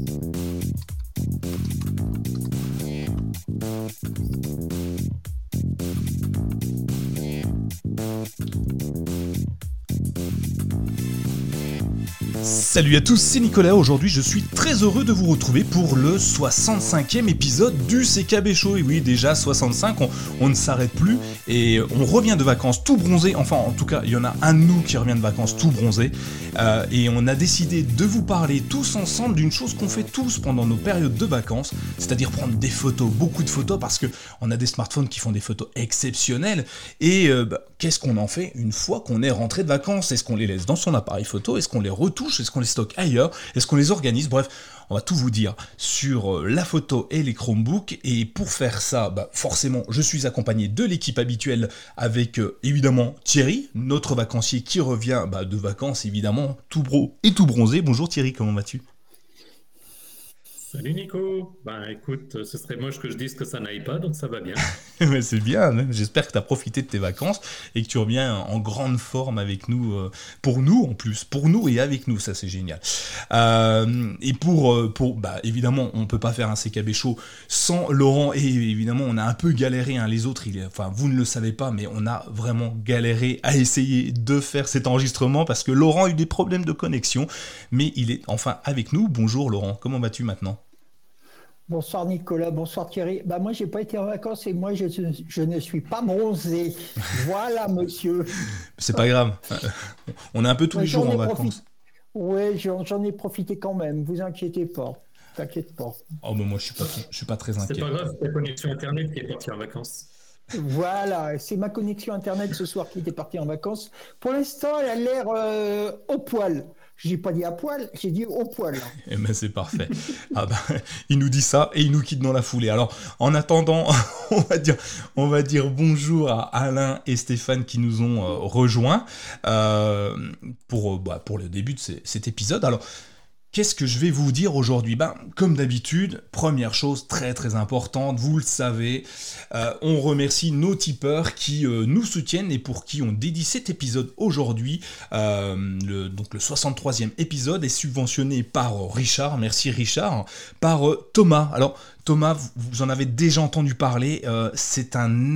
Salut à tous, c'est Nicolas. Aujourd'hui, je suis très heureux de vous retrouver pour le 65e épisode du CKB Show. Et oui, déjà 65, on ne s'arrête plus et on revient de vacances tout bronzé. Enfin, en tout cas, il y en a un de nous qui revient de vacances tout bronzé. Et on a décidé de vous parler tous ensemble d'une chose qu'on fait tous pendant nos périodes de vacances, c'est-à-dire prendre des photos, beaucoup de photos, parce qu'on a des smartphones qui font des photos exceptionnelles. Et qu'est-ce qu'on en fait une fois qu'on est rentré de vacances? Est-ce qu'on les laisse dans son appareil photo? Est-ce qu'on les retouche? Est-ce qu'on les stocke ailleurs? Est-ce qu'on les organise? Bref, on va tout vous dire sur la photo et les Chromebooks. Et pour faire ça, forcément, je suis accompagné de l'équipe habituelle avec évidemment Thierry, notre vacancier qui revient de vacances évidemment, tout bro et tout bronzé. Bonjour Thierry, comment vas-tu? Salut Nico, écoute, ce serait moche que je dise que ça n'aille pas, donc ça va bien. Mais c'est bien, hein. J'espère que tu as profité de tes vacances et que tu reviens en grande forme avec nous, pour nous en plus, pour nous et avec nous, ça c'est génial. Et évidemment, on peut pas faire un CKB Show sans Laurent, et évidemment on a un peu galéré, hein, les autres, vous ne le savez pas, mais on a vraiment galéré à essayer de faire cet enregistrement parce que Laurent a eu des problèmes de connexion, mais il est enfin avec nous. Bonjour Laurent, comment vas-tu maintenant ? Bonsoir Nicolas, bonsoir Thierry. Moi, j'ai pas été en vacances et moi, je ne suis pas bronzé. Voilà, monsieur. C'est pas grave. On est un peu tous les jours en vacances. Oui, j'en ai profité quand même. Vous inquiétez pas. T'inquiète pas. Oh, moi, je suis pas très inquiet. C'est pas grave, c'est ta connexion Internet qui est partie en vacances. Voilà, c'est ma connexion Internet ce soir qui était partie en vacances. Pour l'instant, elle a l'air au poil. J'ai pas dit à poil, j'ai dit au poil. Eh ben c'est parfait. Il nous dit ça et il nous quitte dans la foulée. Alors, en attendant, on va dire bonjour à Alain et Stéphane qui nous ont rejoints pour le début de cet épisode. Alors, qu'est-ce que je vais vous dire aujourd'hui ? Comme d'habitude, première chose très très importante, vous le savez, on remercie nos tipeurs qui nous soutiennent et pour qui on dédie cet épisode aujourd'hui. Le 63e épisode est subventionné par Richard, merci Richard, par Thomas. Alors Thomas, vous en avez déjà entendu parler, c'est un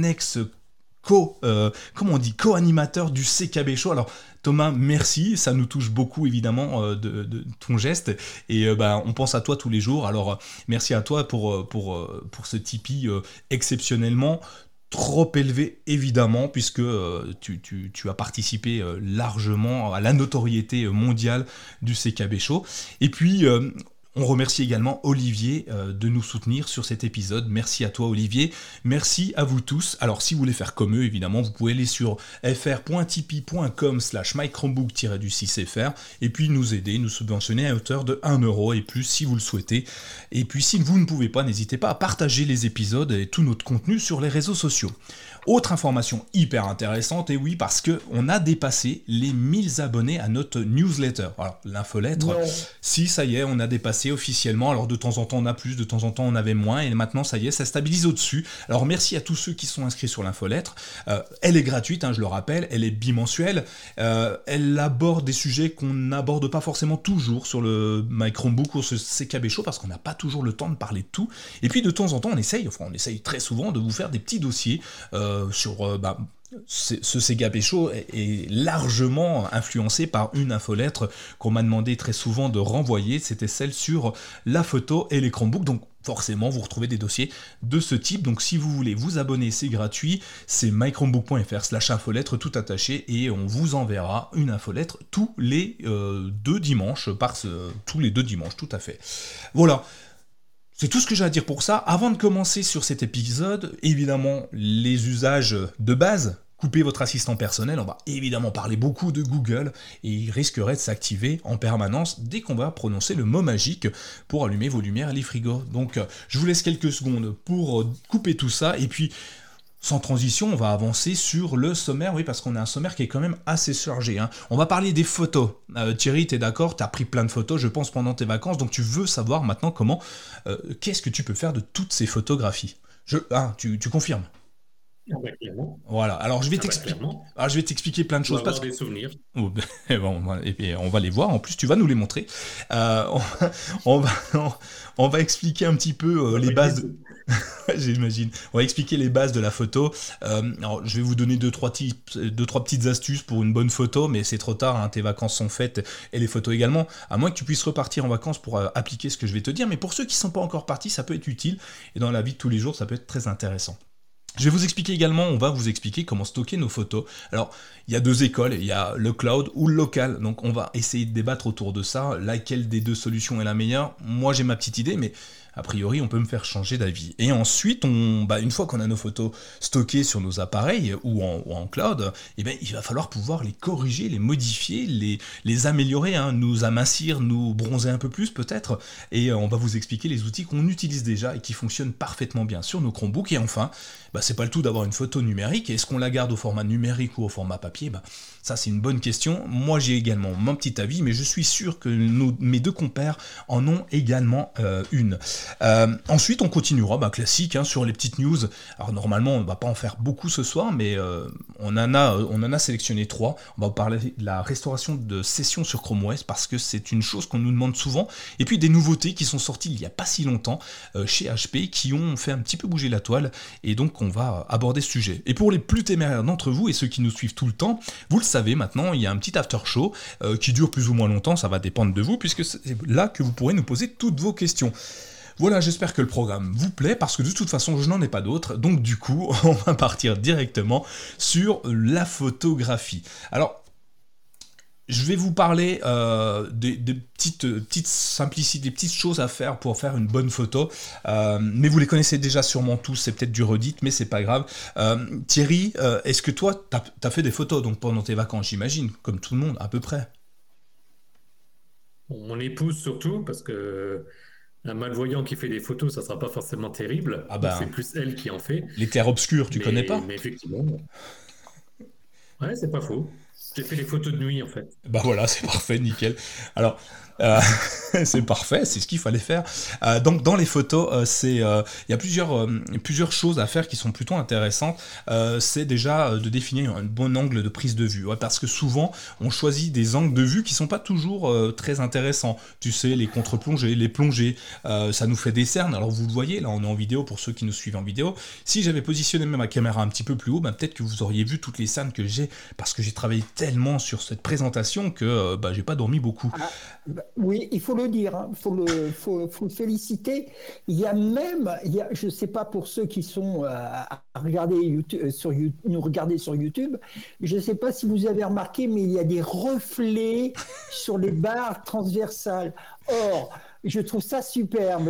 co-animateur du CKB Show. Alors Thomas, merci, ça nous touche beaucoup évidemment de ton geste et on pense à toi tous les jours. Alors merci à toi pour ce Tipeee exceptionnellement trop élevé évidemment puisque tu as participé largement à la notoriété mondiale du CKB Show. Et puis on remercie également Olivier de nous soutenir sur cet épisode. Merci à toi Olivier, merci à vous tous. Alors si vous voulez faire comme eux, évidemment, vous pouvez aller sur fr.tipeee.com/mychromebook-6fr et puis nous aider, nous subventionner à hauteur de 1€ et plus si vous le souhaitez. Et puis si vous ne pouvez pas, n'hésitez pas à partager les épisodes et tout notre contenu sur les réseaux sociaux. Autre information hyper intéressante, et oui, parce qu'on a dépassé les 1000 abonnés à notre newsletter. Alors, l'infolettre, si, ça y est, on a dépassé officiellement. Alors, de temps en temps, on a plus, de temps en temps, on avait moins, et maintenant, ça y est, ça stabilise au-dessus. Alors, merci à tous ceux qui sont inscrits sur l'infolettre. Elle est gratuite, je le rappelle, elle est bimensuelle. Elle aborde des sujets qu'on n'aborde pas forcément toujours sur le My Chromebook ou sur ce CKB Show, parce qu'on n'a pas toujours le temps de parler de tout. Et puis, de temps en temps, on essaye très souvent de vous faire des petits dossiers sur ce CKB Show est largement influencé par une infolettre qu'on m'a demandé très souvent de renvoyer, c'était celle sur la photo et les Chromebooks. Donc forcément vous retrouvez des dossiers de ce type, donc si vous voulez vous abonner, c'est gratuit, c'est mychromebook.fr/infolettre tout attaché et on vous enverra une infolettre tous les 2 dimanches, tous les 2 dimanches, tout à fait. Voilà. C'est tout ce que j'ai à dire pour ça. Avant de commencer sur cet épisode, évidemment, les usages de base. Coupez votre assistant personnel, on va évidemment parler beaucoup de Google et il risquerait de s'activer en permanence dès qu'on va prononcer le mot magique pour allumer vos lumières et les frigos. Donc je vous laisse quelques secondes pour couper tout ça et puis sans transition, on va avancer sur le sommaire, oui, parce qu'on a un sommaire qui est quand même assez chargé. On va parler des photos. Thierry, t'es d'accord ? T'as pris plein de photos, je pense, pendant tes vacances, donc tu veux savoir maintenant qu'est-ce que tu peux faire de toutes ces photographies. Tu confirmes ? Ah bah, clairement. Voilà, alors je vais Ah bah, t'expliquer. clairement. Alors, je vais t'expliquer plein de Pour choses parce avoir que des souvenirs. oh, et puis on va les voir. En plus, tu vas nous les montrer. On, on va, on va expliquer un petit peu les bases. J'imagine. On va expliquer les bases de la photo. Alors, je vais vous donner deux, trois petites astuces pour une bonne photo, mais c'est trop tard, hein, tes vacances sont faites et les photos également. À moins que tu puisses repartir en vacances pour appliquer ce que je vais te dire, mais pour ceux qui ne sont pas encore partis, ça peut être utile et dans la vie de tous les jours, ça peut être très intéressant. Je vais vous expliquer également, on va vous expliquer comment stocker nos photos. Alors, il y a deux écoles, il y a le cloud ou le local. Donc, on va essayer de débattre autour de ça. Laquelle des deux solutions est la meilleure ? Moi, j'ai ma petite idée, mais a priori, on peut me faire changer d'avis. Et ensuite, une fois qu'on a nos photos stockées sur nos appareils ou en cloud, eh ben, il va falloir pouvoir les corriger, les modifier, les améliorer, hein, nous amincir, nous bronzer un peu plus peut-être. Et on va vous expliquer les outils qu'on utilise déjà et qui fonctionnent parfaitement bien sur nos Chromebooks. Et enfin, c'est pas le tout d'avoir une photo numérique. Est-ce qu'on la garde au format numérique ou au format papier ? Ça, c'est une bonne question. Moi, j'ai également mon petit avis, mais je suis sûr que mes deux compères en ont également une. Ensuite, on continuera, classique, hein, sur les petites news. Alors, normalement, on ne va pas en faire beaucoup ce soir, mais on en a sélectionné 3. On va vous parler de la restauration de sessions sur Chrome OS, parce que c'est une chose qu'on nous demande souvent. Et puis, des nouveautés qui sont sorties il n'y a pas si longtemps chez HP, qui ont fait un petit peu bouger la toile. Et donc, on va aborder ce sujet. Et pour les plus téméraires d'entre vous, et ceux qui nous suivent tout le temps, vous le savez maintenant, il y a un petit after show qui dure plus ou moins longtemps, ça va dépendre de vous, puisque c'est là que vous pourrez nous poser toutes vos questions. Voilà, j'espère que le programme vous plaît, parce que de toute façon, je n'en ai pas d'autres, donc du coup, on va partir directement sur la photographie. Alors, je vais vous parler des petites simplicités, des petites choses à faire pour faire une bonne photo, mais vous les connaissez déjà sûrement tous, c'est peut-être du redit, mais c'est pas grave. Thierry, est-ce que toi, t'as fait des photos donc pendant tes vacances, j'imagine, comme tout le monde, à peu près? Bon, mon épouse surtout, parce que un malvoyant qui fait des photos, ça sera pas forcément terrible. Ah Donc c'est ben, plus elle qui en fait. les clairs obscurs, tu connais pas? Mais effectivement, ouais, c'est pas faux. J'ai fait des photos de nuit en fait. Bah voilà, c'est parfait, nickel. Alors, euh, c'est parfait, c'est ce qu'il fallait faire. Donc dans les photos, il y a plusieurs choses à faire qui sont plutôt intéressantes. C'est déjà de définir un bon angle de prise de vue, ouais, parce que souvent on choisit des angles de vue qui sont pas toujours très intéressants. Tu sais, les contre-plongées, les plongées, ça nous fait des cernes. Alors vous le voyez, là on est en vidéo pour ceux qui nous suivent en vidéo. Si j'avais positionné même ma caméra un petit peu plus haut, peut-être que vous auriez vu toutes les cernes que j'ai, parce que j'ai travaillé tellement sur cette présentation que j'ai pas dormi beaucoup. Oui, il faut le dire, hein, faut le féliciter. Je ne sais pas pour ceux qui sont à regarder YouTube, nous regarder sur YouTube, je ne sais pas si vous avez remarqué, mais il y a des reflets sur les barres transversales. Or, je trouve ça superbe.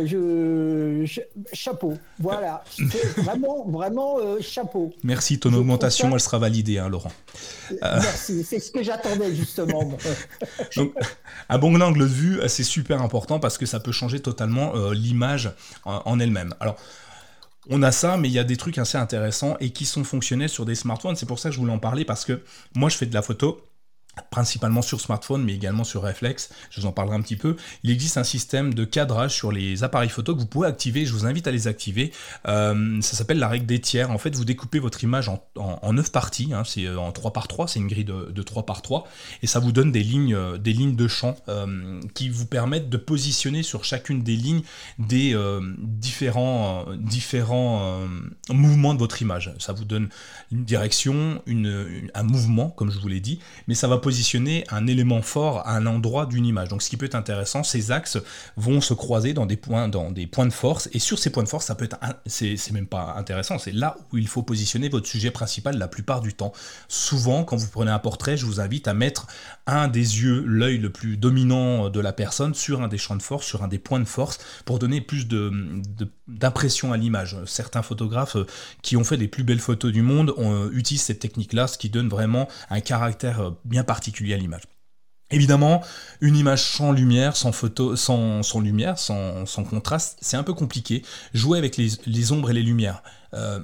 Chapeau. Voilà. C'est vraiment chapeau. Merci, ton augmentation, elle sera validée, hein, Laurent. Merci, c'est ce que j'attendais justement. Donc, un bon angle de vue, c'est super important parce que ça peut changer totalement l'image en elle-même. Alors, on a ça, mais il y a des trucs assez intéressants et qui sont fonctionnels sur des smartphones. C'est pour ça que je voulais en parler, parce que moi, je fais de la photo principalement sur smartphone, mais également sur réflexe, je vous en parlerai un petit peu. Il existe un système de cadrage sur les appareils photo que vous pouvez activer, je vous invite à les activer. Ça s'appelle la règle des tiers. En fait, vous découpez votre image en 9 parties, hein, c'est en 3x3, c'est une grille de 3x3, et ça vous donne des lignes de champ qui vous permettent de positionner sur chacune des lignes des différents mouvements de votre image. Ça vous donne une direction, un mouvement, comme je vous l'ai dit, mais ça va positionner un élément fort à un endroit d'une image. Donc ce qui peut être intéressant, ces axes vont se croiser dans des points de force, et sur ces points de force, ça peut être c'est même pas intéressant, c'est là où il faut positionner votre sujet principal la plupart du temps. Souvent, quand vous prenez un portrait, je vous invite à mettre un des yeux, l'œil le plus dominant de la personne, sur un des champs de force, sur un des points de force, pour donner plus d'impression à l'image. Certains photographes qui ont fait les plus belles photos du monde utilisent cette technique-là, ce qui donne vraiment un caractère bien particulier à l'image. Évidemment, une image sans lumière, sans photo, sans lumière, sans contraste, c'est un peu compliqué. Jouer avec les ombres et les lumières.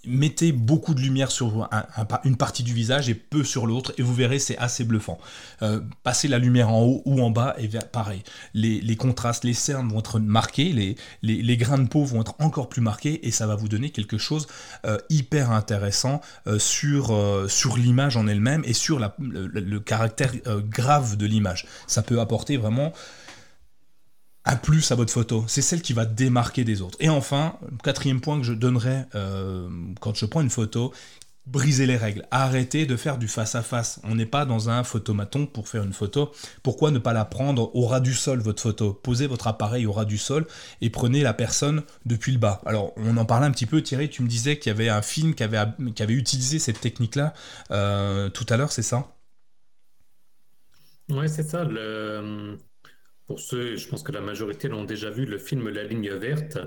mettez beaucoup de lumière sur une partie du visage et peu sur l'autre, et vous verrez, c'est assez bluffant. Passez la lumière en haut ou en bas, et pareil. Les contrastes, les cernes vont être marqués, les grains de peau vont être encore plus marqués, et ça va vous donner quelque chose hyper intéressant sur l'image en elle-même et sur le caractère grave de l'image. Ça peut apporter vraiment un plus à votre photo, c'est celle qui va démarquer des autres. Et enfin, 4e point que je donnerais quand je prends une photo, briser les règles. Arrêtez de faire du face-à-face. On n'est pas dans un photomaton pour faire une photo. Pourquoi ne pas la prendre au ras du sol, votre photo ? Posez votre appareil au ras du sol et prenez la personne depuis le bas. Alors, on en parlait un petit peu, Thierry, tu me disais qu'il y avait un film qui avait utilisé cette technique-là tout à l'heure, c'est ça ? Ouais, c'est ça. Pour ceux, je pense que la majorité l'ont déjà vu, le film La Ligne verte,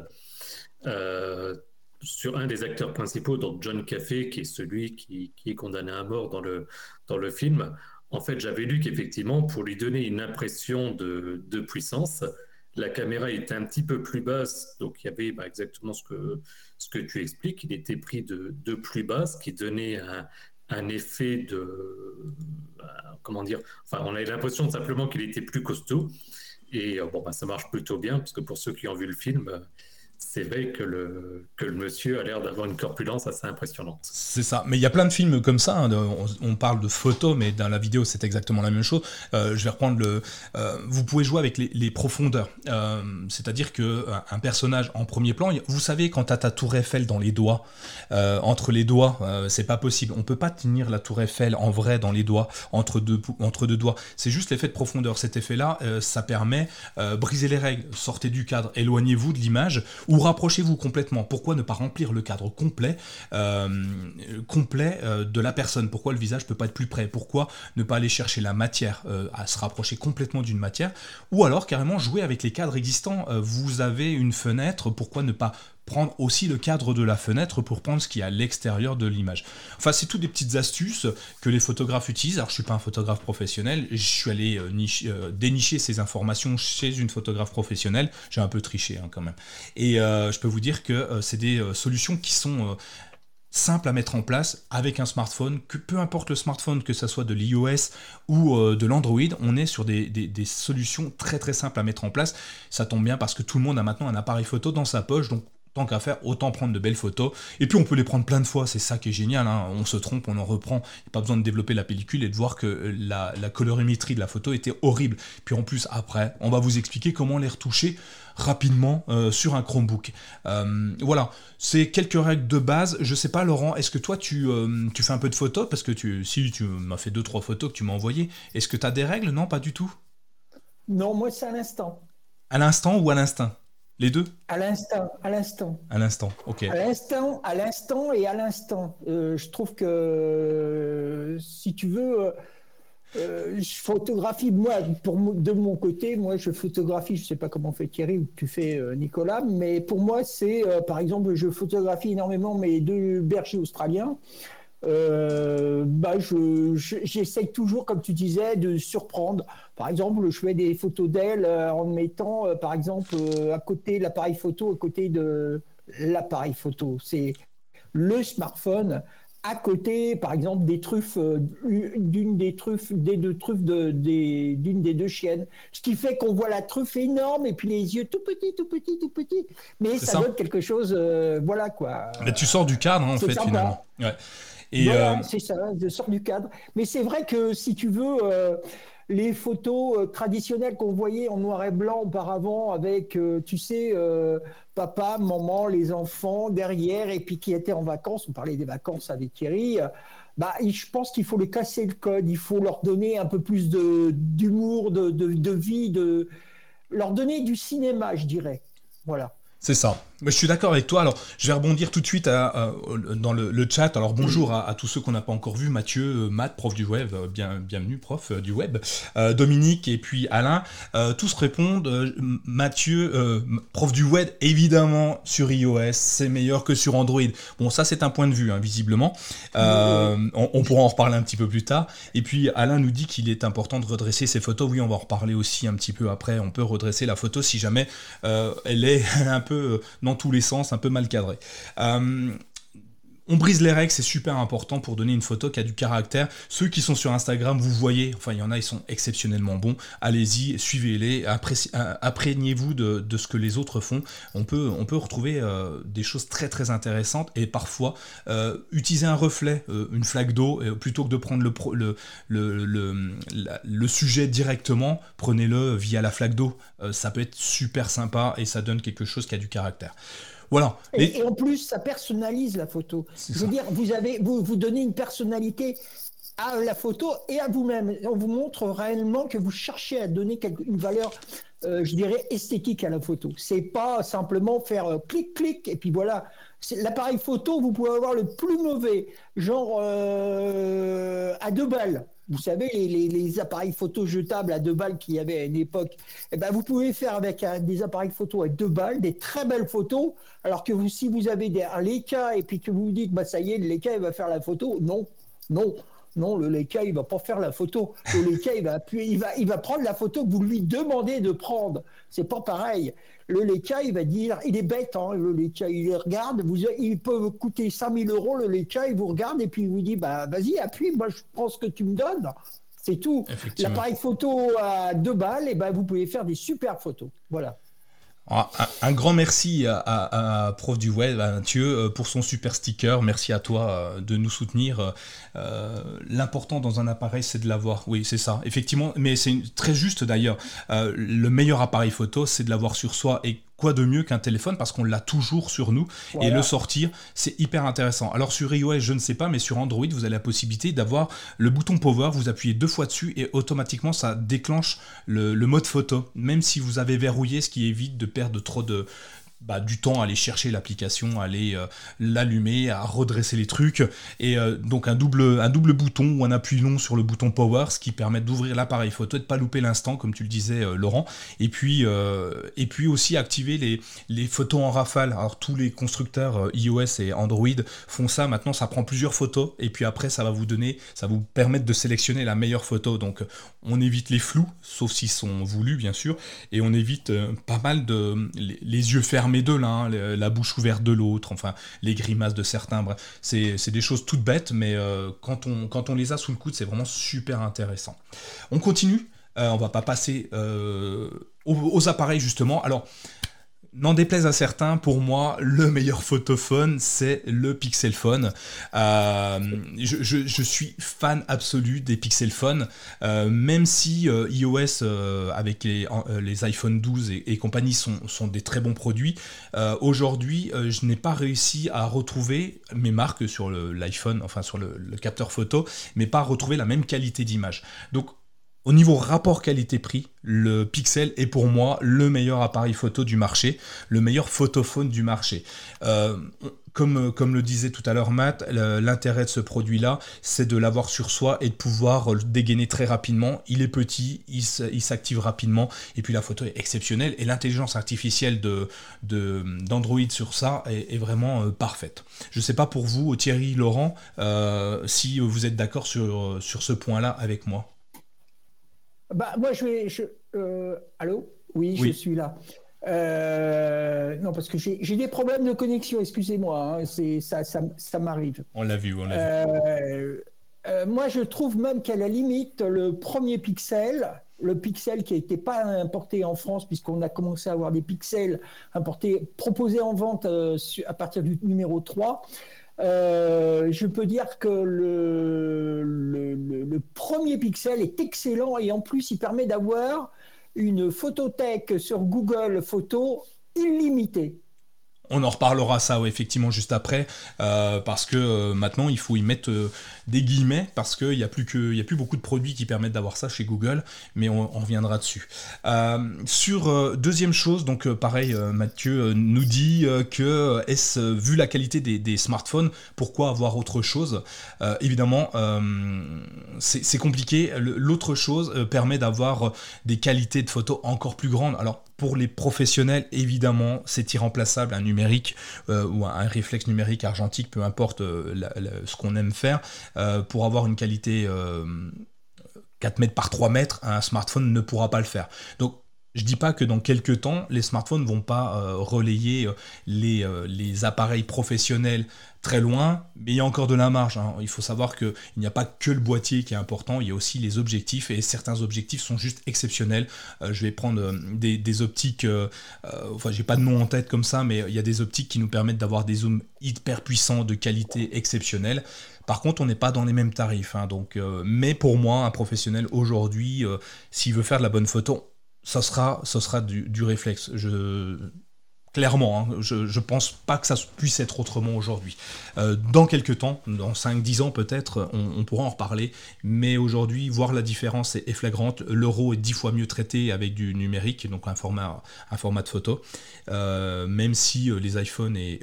sur un des acteurs principaux, donc John Caffey, qui est celui qui est condamné à mort dans le film. En fait, j'avais lu qu'effectivement, pour lui donner une impression de puissance, la caméra était un petit peu plus basse, donc il y avait exactement ce que tu expliques, il était pris de plus bas, ce qui donnait un effet comment dire, enfin, on avait l'impression simplement qu'il était plus costaud. Et ça marche plutôt bien, parce que pour ceux qui ont vu le film, c'est vrai que le monsieur a l'air d'avoir une corpulence assez impressionnante. C'est ça, mais il y a plein de films comme ça, hein, on parle de photos, mais dans la vidéo c'est exactement la même chose. Je vais reprendre vous pouvez jouer avec les profondeurs, c'est-à-dire qu'un personnage en premier plan, vous savez quand tu as ta tour Eiffel dans les doigts, entre les doigts, c'est pas possible, on peut pas tenir la tour Eiffel en vrai dans les doigts, entre deux doigts, c'est juste l'effet de profondeur. Cet effet-là, ça permet briser les règles, sortez du cadre, éloignez-vous de l'image, ou rapprochez-vous complètement. Pourquoi ne pas remplir le cadre complet de la personne ? Pourquoi le visage ne peut pas être plus près ? Pourquoi ne pas aller chercher la matière, à se rapprocher complètement d'une matière ? Ou alors carrément jouer avec les cadres existants. Vous avez une fenêtre, pourquoi ne pas prendre aussi le cadre de la fenêtre pour prendre ce qui est à l'extérieur de l'image. Enfin, c'est toutes des petites astuces que les photographes utilisent. Alors, je ne suis pas un photographe professionnel, je suis allé dénicher ces informations chez une photographe professionnelle. J'ai un peu triché quand même. Et je peux vous dire que c'est des solutions qui sont simples à mettre en place avec un smartphone, que peu importe le smartphone, que ça soit de l'iOS ou de l'Android, on est sur des solutions très très simples à mettre en place. Ça tombe bien parce que tout le monde a maintenant un appareil photo dans sa poche, donc tant qu'à faire, autant prendre de belles photos. Et puis on peut les prendre plein de fois, c'est ça qui est génial, hein. On se trompe, on en reprend. Il n'y a pas besoin de développer la pellicule et de voir que la colorimétrie de la photo était horrible. Puis en plus, après, on va vous expliquer comment les retoucher rapidement sur un Chromebook. Voilà, c'est quelques règles de base. Je sais pas, Laurent, est-ce que toi tu fais un peu de photos ? Parce que tu m'as fait 2-3 photos que tu m'as envoyées. Est-ce que tu as des règles ? Non, pas du tout. Non, moi c'est à l'instant. À l'instant ou à l'instinct ? Les deux ? À l'instant. À l'instant, ok. À l'instant et à l'instant. Je trouve que, si tu veux, je photographie, moi, de mon côté, moi je photographie, je ne sais pas comment fait Thierry ou tu fais Nicolas, mais pour moi c'est, par exemple, je photographie énormément mes 2 bergers australiens. J'essaye toujours, comme tu disais, de surprendre. Par exemple, je fais des photos d'elles en mettant, par exemple, à côté de l'appareil photo, à côté de l'appareil photo. C'est le smartphone à côté, par exemple, des truffes, d'une des deux truffes d'une des 2 chiennes. Ce qui fait qu'on voit la truffe énorme et puis les yeux tout petits. Mais ça donne quelque chose, voilà quoi. Mais tu sors du cadre, hein, en fait, sympa. Finalement. Ouais. Et voilà, c'est ça, je sors du cadre. Mais c'est vrai que si tu veux, les photos traditionnelles qu'on voyait en noir et blanc auparavant avec, tu sais, papa, maman, les enfants derrière et puis qui étaient en vacances, on parlait des vacances avec Thierry, je pense qu'il faut les casser le code, il faut leur donner un peu plus d'humour, de vie, leur donner du cinéma, je dirais. Voilà. C'est ça. Je suis d'accord avec toi. Alors, je vais rebondir tout de suite dans le chat. Alors, bonjour à tous ceux qu'on n'a pas encore vus. Mathieu, Matt, prof du web, bienvenue, prof du web. Dominique et puis Alain. Tous répondent. Mathieu, prof du web, évidemment, sur iOS, c'est meilleur que sur Android. Bon, ça, c'est un point de vue, hein, visiblement. On pourra en reparler un petit peu plus tard. Et puis, Alain nous dit qu'il est important de redresser ses photos. Oui, on va en reparler aussi un petit peu après. On peut redresser la photo si jamais elle est un peu dans tous les sens, un peu mal cadré. On brise les règles, c'est super important pour donner une photo qui a du caractère. Ceux qui sont sur Instagram, vous voyez, enfin il y en a, ils sont exceptionnellement bons. Allez-y, suivez-les, imprégnez-vous de ce que les autres font. On peut retrouver des choses très très intéressantes et parfois utiliser un reflet, une flaque d'eau, plutôt que de prendre le sujet directement, prenez-le via la flaque d'eau. Ça peut être super sympa et ça donne quelque chose qui a du caractère. Voilà. Et en plus, ça personnalise la photo. Je veux dire, vous donnez une personnalité à la photo et à vous-même. On vous montre réellement que vous cherchez à donner une valeur, je dirais, esthétique à la photo. C'est pas simplement faire clic et puis voilà. L'appareil photo, vous pouvez avoir le plus mauvais, genre à 2 balles. Vous savez, les appareils photo jetables à 2 balles qu'il y avait à une époque, eh ben, vous pouvez faire avec des appareils photo à 2 balles, des très belles photos, alors que si vous avez un Leica et puis que vous vous dites, bah, ça y est, le Leica, il va faire la photo. Non, le Leica, il va pas faire la photo. Le Leica, il va prendre la photo que vous lui demandez de prendre. C'est pas pareil. Le Leica, il va dire, il est bête, hein, le Leica, il regarde, il peut vous coûter 5 000 €, le Leica, il vous regarde et puis il vous dit, bah, vas-y, appuie, moi je prends ce que tu me donnes. C'est tout. L'appareil photo à 2 balles, et ben, vous pouvez faire des super photos. Voilà. Un grand merci à Prof du Web, à Mathieu, pour son super sticker. Merci à toi de nous soutenir. L'important dans un appareil, c'est de l'avoir. Oui, c'est ça, effectivement. Mais c'est très juste d'ailleurs. Le meilleur appareil photo, c'est de l'avoir sur soi. Et quoi de mieux qu'un téléphone, parce qu'on l'a toujours sur nous. Voilà. Et le sortir, c'est hyper intéressant. Alors sur iOS, je ne sais pas, mais sur Android, vous avez la possibilité d'avoir le bouton Power. Vous appuyez 2 fois dessus et automatiquement, ça déclenche le mode photo. Même si vous avez verrouillé, ce qui évite de perdre trop du temps à aller chercher l'application, à aller l'allumer, à redresser les trucs. Et donc un double bouton ou un appui long sur le bouton Power, ce qui permet d'ouvrir l'appareil photo et de ne pas louper l'instant, comme tu le disais Laurent. Et puis aussi activer les photos en rafale. Alors tous les constructeurs iOS et Android font ça. Maintenant, ça prend plusieurs photos et puis après, ça va vous permettre de sélectionner la meilleure photo. Donc on évite les flous, sauf s'ils sont voulus bien sûr, et on évite pas mal les yeux fermés de l'un, la bouche ouverte de l'autre, enfin les grimaces de certains. Bref, c'est des choses toutes bêtes, mais quand on les a sous le coude, c'est vraiment super intéressant. On continue, on va pas passer aux appareils justement. Alors, n'en déplaise à certains, pour moi, le meilleur photophone, c'est le Pixel Phone. Je suis fan absolu des Pixel Phone, même si iOS, avec les iPhone 12 et compagnie, sont des très bons produits. Aujourd'hui, je n'ai pas réussi à retrouver mes marques sur l'iPhone, enfin sur le capteur photo, mais pas à retrouver la même qualité d'image. Donc, au niveau rapport qualité-prix, le Pixel est pour moi le meilleur appareil photo du marché, le meilleur photophone du marché. Comme le disait tout à l'heure Matt, l'intérêt de ce produit-là, c'est de l'avoir sur soi et de pouvoir le dégainer très rapidement. Il est petit, il s'active rapidement, et puis la photo est exceptionnelle. Et l'intelligence artificielle d'Android sur ça est vraiment parfaite. Je ne sais pas pour vous, Thierry, Laurent, si vous êtes d'accord sur ce point-là avec moi. Bah, moi, allô ? Oui, je suis là. Non, parce que j'ai des problèmes de connexion, excusez-moi, hein, ça m'arrive. On l'a vu. Moi, je trouve même qu'à la limite, le premier Pixel, le Pixel qui n'était pas importé en France, puisqu'on a commencé à avoir des Pixels proposés en vente à partir du numéro 3, je peux dire que le premier Pixel est excellent et en plus il permet d'avoir une photothèque sur Google Photos illimitée. On en reparlera ça effectivement juste après, parce que maintenant il faut y mettre des guillemets, parce qu'il n'y a plus beaucoup de produits qui permettent d'avoir ça chez Google, mais on reviendra dessus. Sur deuxième chose, donc pareil, Mathieu nous dit que vu la qualité des smartphones, pourquoi avoir autre chose ? Évidemment, c'est compliqué. L'autre chose permet d'avoir des qualités de photos encore plus grandes. Alors, pour les professionnels, évidemment, c'est irremplaçable, un numérique ou un réflexe numérique argentique, peu importe ce qu'on aime faire, pour avoir une qualité 4 mètres par 3 mètres, un smartphone ne pourra pas le faire. Donc, Je dis pas que dans quelques temps, les smartphones vont pas relayer les appareils professionnels très loin, mais il y a encore de la marge, hein. Il faut savoir qu'il n'y a pas que le boîtier qui est important, il y a aussi les objectifs, et certains objectifs sont juste exceptionnels. Je vais prendre des optiques, enfin j'ai pas de nom en tête comme ça, mais il y a des optiques qui nous permettent d'avoir des zooms hyper puissants, de qualité exceptionnelle. Par contre, on n'est pas dans les mêmes tarifs, hein, donc, mais pour moi, un professionnel aujourd'hui, s'il veut faire de la bonne photo, ça sera du réflexe. Clairement, hein, je pense pas que ça puisse être autrement aujourd'hui. Dans quelques temps, dans 5-10 ans peut-être, on pourra en reparler, mais aujourd'hui, voir la différence est flagrante. L'euro est 10 fois mieux traité avec du numérique, donc un format de photo, même si les iPhones et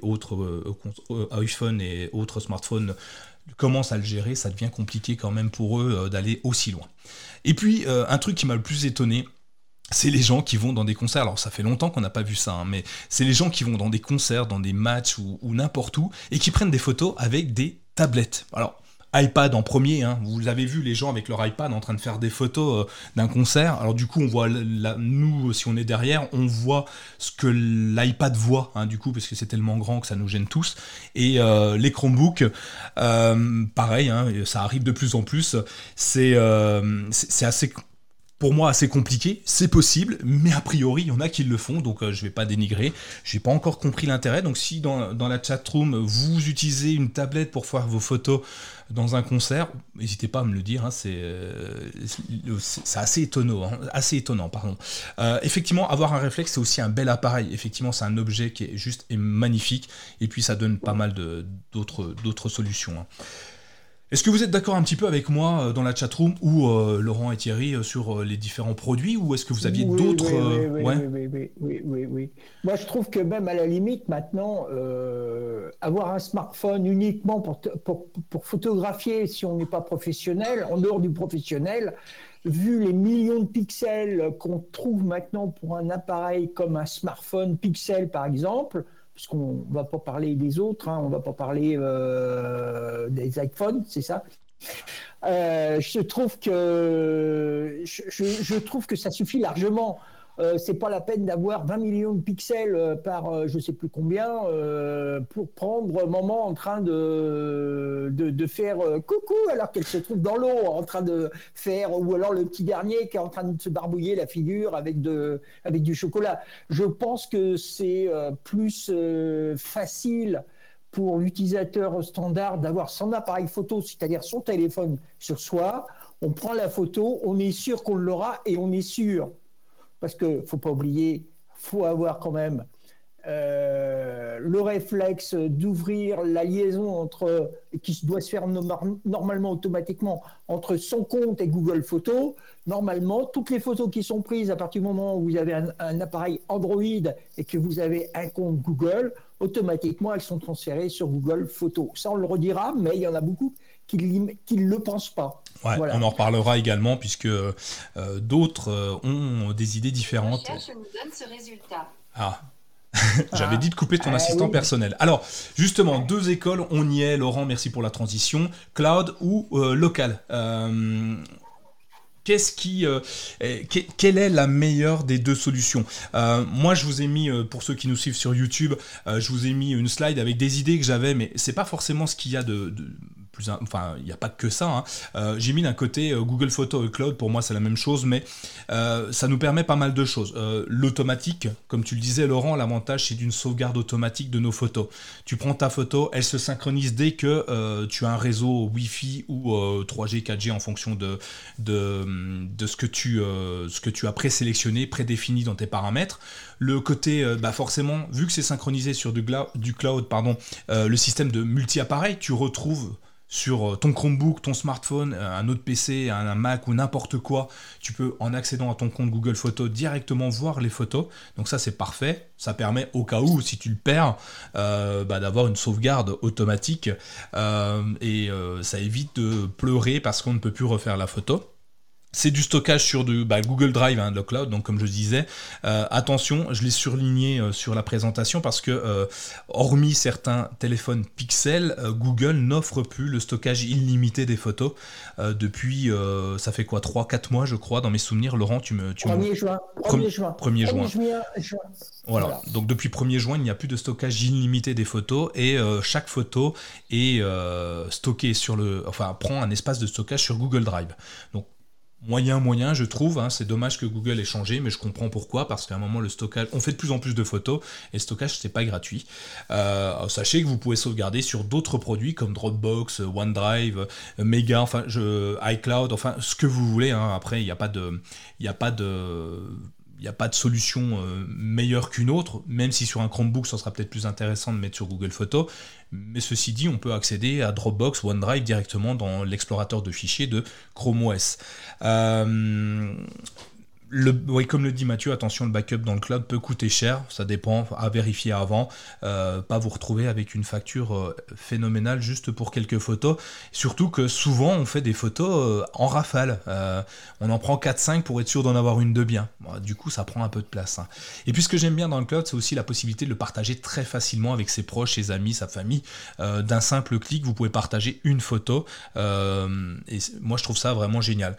autres smartphones commencent à le gérer, ça devient compliqué quand même pour eux d'aller aussi loin. Et puis, un truc qui m'a le plus étonné, c'est les gens qui vont dans des concerts. Alors ça fait longtemps qu'on n'a pas vu ça, hein, mais c'est les gens qui vont dans des concerts, dans des matchs ou n'importe où, et qui prennent des photos avec des tablettes. Alors iPad en premier, hein, vous avez vu les gens avec leur iPad en train de faire des photos d'un concert. Alors du coup on voit, nous si on est derrière, on voit ce que l'iPad voit, hein, du coup, parce que c'est tellement grand que ça nous gêne tous. Et les Chromebooks, pareil, hein, ça arrive de plus en plus. C'est assez... Pour moi, assez compliqué, c'est possible, mais a priori, il y en a qui le font, donc je vais pas dénigrer. J'ai pas encore compris l'intérêt, donc si dans la chatroom, vous utilisez une tablette pour faire vos photos dans un concert, n'hésitez pas à me le dire, hein, c'est assez étonnant, pardon. Effectivement, avoir un réflexe, c'est aussi un bel appareil. Effectivement, c'est un objet qui est juste et magnifique, et puis ça donne pas mal d'autres solutions, hein. Est-ce que vous êtes d'accord un petit peu avec moi dans la chatroom ou Laurent et Thierry sur les différents produits, ou est-ce que vous aviez d'autres... Oui. Moi, je trouve que même à la limite, maintenant, avoir un smartphone uniquement pour photographier, si on n'est pas professionnel, en dehors du professionnel, vu les millions de pixels qu'on trouve maintenant pour un appareil comme un smartphone Pixel, par exemple, puisqu'on ne va pas parler des autres, hein, on ne va pas parler des iPhones, c'est ça. Je trouve que ça suffit largement. C'est pas la peine d'avoir 20 millions de pixels par je sais plus combien pour prendre un moment en train de faire coucou alors qu'elle se trouve dans l'eau en train de faire, ou alors le petit dernier qui est en train de se barbouiller la figure avec du chocolat. Je pense que c'est plus facile pour l'utilisateur standard d'avoir son appareil photo, c'est-à-dire son téléphone sur soi. On prend la photo, on est sûr qu'on l'aura, et on est sûr, parce qu'il ne faut pas oublier, il faut avoir quand même le réflexe d'ouvrir la liaison qui doit se faire normalement automatiquement entre son compte et Google Photos. Normalement, toutes les photos qui sont prises à partir du moment où vous avez un appareil Android et que vous avez un compte Google, automatiquement elles sont transférées sur Google Photos. Ça, on le redira, mais il y en a beaucoup qui ne le pensent pas. Ouais, voilà. On en reparlera également puisque d'autres ont des idées différentes. La recherche nous donne ce résultat. Ah. J'avais dit de couper ton assistant personnel. Alors, justement, deux écoles, on y est. Laurent, merci pour la transition. Cloud ou local. Quelle est la meilleure des deux solutions ? Moi, je vous ai mis, pour ceux qui nous suivent sur YouTube, je vous ai mis une slide avec des idées que j'avais, mais c'est pas forcément ce qu'il y a de plus, enfin, il n'y a pas que ça, hein. J'ai mis d'un côté Google Photos et Cloud, pour moi c'est la même chose, mais ça nous permet pas mal de choses. L'automatique, comme tu le disais Laurent, l'avantage c'est d'une sauvegarde automatique de nos photos. Tu prends ta photo, elle se synchronise dès que tu as un réseau Wi-Fi ou 3G, 4G en fonction de ce que tu as présélectionné, prédéfini dans tes paramètres. Le côté, forcément, vu que c'est synchronisé sur du cloud, le système de multi-appareil, tu retrouves sur ton Chromebook, ton smartphone, un autre PC, un Mac ou n'importe quoi, tu peux, en accédant à ton compte Google Photos, directement voir les photos. Donc ça, c'est parfait. Ça permet, au cas où, si tu le perds, d'avoir une sauvegarde automatique. Et ça évite de pleurer parce qu'on ne peut plus refaire la photo. C'est du stockage sur Google Drive, le cloud, donc comme je disais. Attention, je l'ai surligné sur la présentation parce que, hormis certains téléphones Pixel, Google n'offre plus le stockage illimité des photos depuis, ça fait quoi, 3-4 mois, je crois, dans mes souvenirs. Laurent, 1er juin. 1er juin. Voilà. Donc depuis 1er juin, il n'y a plus de stockage illimité des photos et chaque photo est stockée prend un espace de stockage sur Google Drive. Donc moyen, je trouve. C'est dommage que Google ait changé, mais je comprends pourquoi, parce qu'à un moment, le stockage, on fait de plus en plus de photos, et le stockage, c'est pas gratuit. Sachez que vous pouvez sauvegarder sur d'autres produits, comme Dropbox, OneDrive, Mega, iCloud, ce que vous voulez. Après, il n'y a pas de solution meilleure qu'une autre, même si sur un Chromebook, ça sera peut-être plus intéressant de mettre sur Google Photos. Mais ceci dit, on peut accéder à Dropbox, OneDrive directement dans l'explorateur de fichiers de Chrome OS. Comme le dit Mathieu, attention, le backup dans le cloud peut coûter cher, ça dépend, à vérifier avant, pas vous retrouver avec une facture phénoménale juste pour quelques photos, surtout que souvent on fait des photos en rafale, on en prend 4-5 pour être sûr d'en avoir une de bien, du coup ça prend un peu de place. Et puis ce que j'aime bien dans le cloud, c'est aussi la possibilité de le partager très facilement avec ses proches, ses amis, sa famille, d'un simple clic, vous pouvez partager une photo, et moi je trouve ça vraiment génial.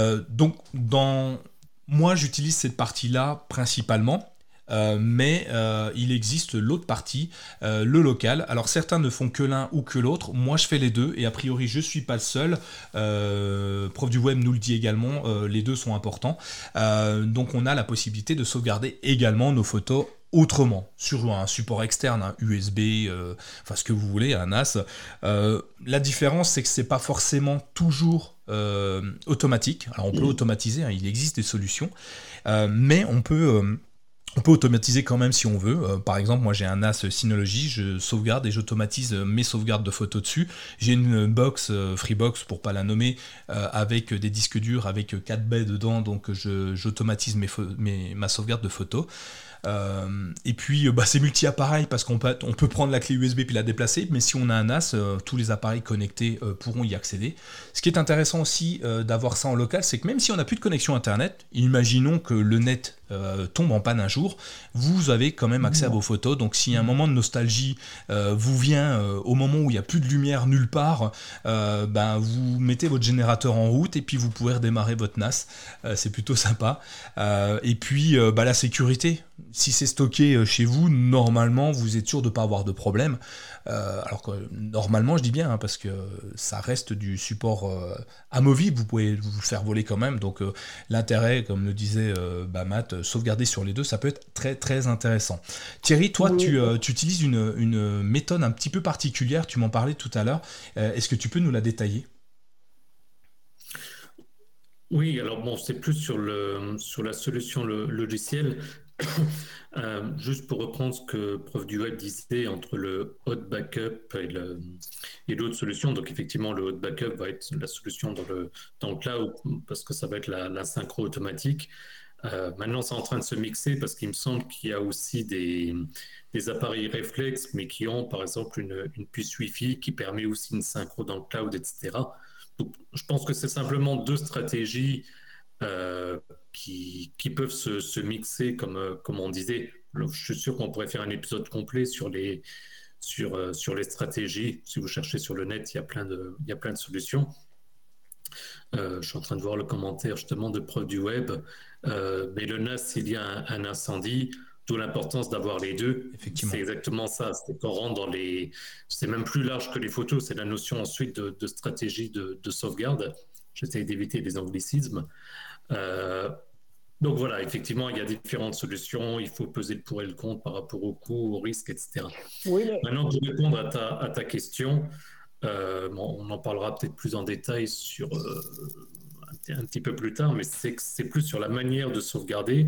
Moi, j'utilise cette partie-là principalement, mais il existe l'autre partie, le local. Alors, certains ne font que l'un ou que l'autre. Moi, je fais les deux, et a priori, je ne suis pas le seul. Prof du Web nous le dit également, les deux sont importants. Donc, on a la possibilité de sauvegarder également nos photos autrement, sur un support externe, USB, ce que vous voulez, un NAS. La différence, c'est que c'est pas forcément toujours automatique. Alors on peut automatiser, il existe des solutions, mais on peut automatiser quand même si on veut. Par exemple, moi j'ai un NAS Synology, je sauvegarde et j'automatise mes sauvegardes de photos dessus. J'ai une box, Freebox pour pas la nommer, avec des disques durs avec 4 baies dedans, donc j'automatise ma sauvegarde de photos. Et puis c'est multi-appareil parce qu'on peut prendre la clé USB puis la déplacer, mais si on a un NAS, tous les appareils connectés pourront y accéder. Ce qui est intéressant aussi d'avoir ça en local, c'est que même si on n'a plus de connexion internet, imaginons que le net tombe en panne un jour, vous avez quand même accès à vos photos. Donc si un moment de nostalgie vous vient au moment où il n'y a plus de lumière nulle part, vous mettez votre générateur en route et puis vous pouvez redémarrer votre NAS. C'est plutôt sympa. Et puis la sécurité. Si c'est stocké chez vous, normalement, vous êtes sûr de ne pas avoir de problème. Alors que normalement, je dis bien, parce que ça reste du support amovible, vous pouvez vous le faire voler quand même. Donc l'intérêt, comme le disait Matt, sauvegarder sur les deux, ça peut être très très intéressant. Thierry, toi, tu utilises une méthode un petit peu particulière, tu m'en parlais tout à l'heure. Est-ce que tu peux nous la détailler ? Oui, alors c'est plus sur la solution logicielle. Juste pour reprendre ce que Prof du Web disait entre le hot backup et l'autre solution, donc effectivement le hot backup va être la solution dans le cloud parce que ça va être la synchro automatique. Maintenant c'est en train de se mixer parce qu'il me semble qu'il y a aussi des appareils réflexes mais qui ont par exemple une puce Wi-Fi qui permet aussi une synchro dans le cloud, etc. Donc, je pense que c'est simplement deux stratégies qui peuvent se mixer comme on disait. Je suis sûr qu'on pourrait faire un épisode complet sur les stratégies. Si vous cherchez sur le net, il y a plein de solutions. Je suis en train de voir le commentaire justement de Prof du Web. Mais le NAS, s'il y a un incendie, d'où l'importance d'avoir les deux. C'est exactement ça. C'est qu'on rentre dans les... C'est même plus large que les photos. C'est la notion ensuite de stratégie de sauvegarde. J'essaie d'éviter les anglicismes. Donc voilà, effectivement, il y a différentes solutions. Il faut peser le pour et le contre par rapport au coût, au risque, etc. Oui, mais... Maintenant, pour répondre à ta question, on en parlera peut-être plus en détail un petit peu plus tard, mais c'est plus sur la manière de sauvegarder.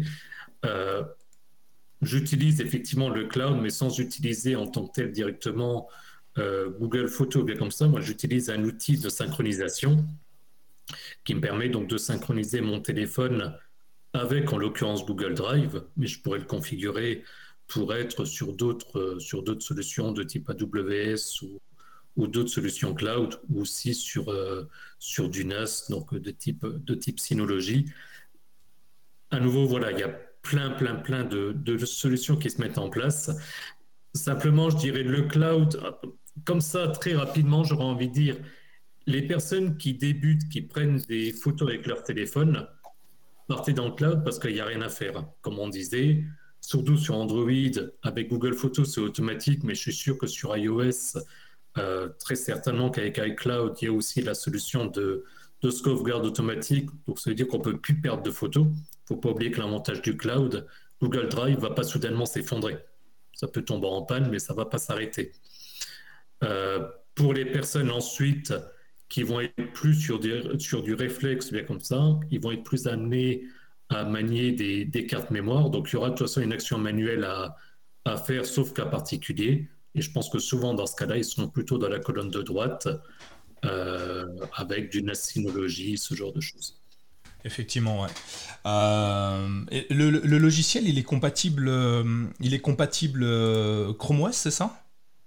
J'utilise effectivement le cloud, mais sans utiliser en tant que tel directement Google Photos, bien comme ça. Moi, j'utilise un outil de synchronisation qui me permet donc de synchroniser mon téléphone avec, en l'occurrence, Google Drive, mais je pourrais le configurer pour être sur d'autres solutions de type AWS ou d'autres solutions cloud, ou aussi sur du NAS, donc de type Synology. À nouveau, voilà, il y a plein de solutions qui se mettent en place. Simplement, je dirais le cloud, comme ça, très rapidement, j'aurais envie de dire, les personnes qui débutent, qui prennent des photos avec leur téléphone, partez dans le cloud parce qu'il n'y a rien à faire. Comme on disait, surtout sur Android, avec Google Photos, c'est automatique, mais je suis sûr que sur iOS, très certainement qu'avec iCloud, il y a aussi la solution de sauvegarde automatique. Donc, ça veut dire qu'on ne peut plus perdre de photos. Il ne faut pas oublier que l'avantage du cloud, Google Drive ne va pas soudainement s'effondrer. Ça peut tomber en panne, mais ça ne va pas s'arrêter. Pour les personnes ensuite qui vont être plus sur du réflexe, bien comme ça, ils vont être plus amenés à manier des cartes mémoire. Donc, il y aura de toute façon une action manuelle à faire, sauf cas particulier. Et je pense que souvent, dans ce cas-là, ils seront plutôt dans la colonne de droite, avec du NAS Synology, ce genre de choses. Effectivement, ouais. Et le logiciel, il est compatible Chrome OS, c'est ça?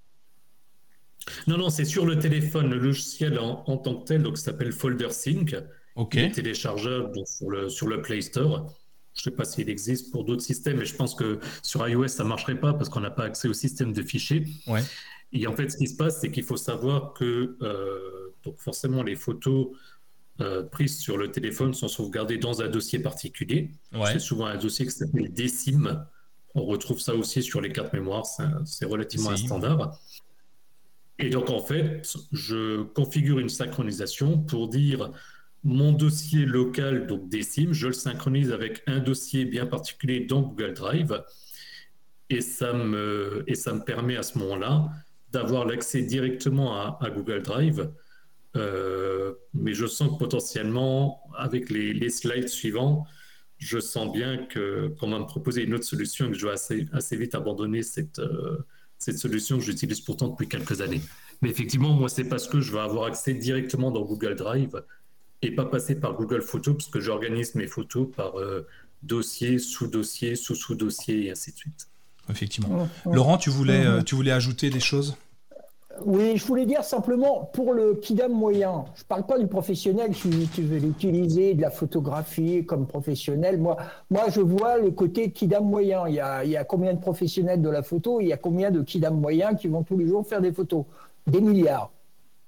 Non, c'est sur le téléphone, le logiciel en tant que tel, donc ça s'appelle FolderSync. Ok. Il est téléchargeable donc, sur le Play Store. Je ne sais pas s'il existe pour d'autres systèmes, mais je pense que sur iOS, ça ne marcherait pas parce qu'on n'a pas accès au système de fichiers. Ouais. Et en fait, ce qui se passe, c'est qu'il faut savoir que donc forcément, les photos prises sur le téléphone sont sauvegardées dans un dossier particulier. Ouais. C'est souvent un dossier qui s'appelle DSIM. On retrouve ça aussi sur les cartes mémoire. C'est relativement un standard. Et donc, en fait, je configure une synchronisation pour dire mon dossier local, donc DSIM, je le synchronise avec un dossier bien particulier dans Google Drive. Et ça me permet à ce moment-là d'avoir l'accès directement à Google Drive. Mais je sens que potentiellement, avec les slides suivants, je sens bien qu'on va me proposer une autre solution et que je vais assez vite abandonner cette solution que j'utilise pourtant depuis quelques années. Mais effectivement, moi, c'est parce que je vais avoir accès directement dans Google Drive et pas passer par Google Photos, parce que j'organise mes photos par dossier, sous-dossier, sous-sous-dossier, et ainsi de suite. Effectivement. Laurent, tu voulais ajouter des choses ? Oui, je voulais dire simplement, pour le kidam moyen, je ne parle pas du professionnel qui veut l'utiliser, de la photographie comme professionnel. Moi, je vois le côté kidam moyen. Il y a combien de professionnels de la photo, il y a combien de kidam moyens qui vont tous les jours faire des photos ? Des milliards. Hein ?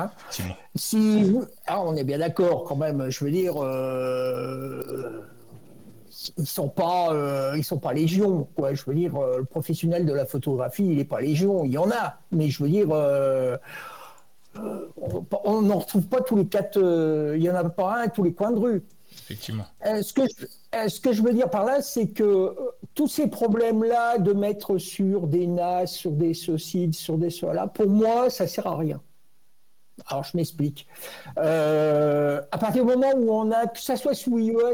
On est bien d'accord quand même, je veux dire... ils sont pas légion, quoi. Je veux dire, le professionnel de la photographie, il n'est pas légion. Il y en a, mais je veux dire, on n'en retrouve pas tous les quatre. Il y en a pas un à tous les coins de rue. Effectivement. Ce que je veux dire par là, c'est que tous ces problèmes-là de mettre sur des NAS, sur des ceci, sur des cela, pour moi, ça sert à rien. Alors, je m'explique. À partir du moment où on a, que ça soit sous iOS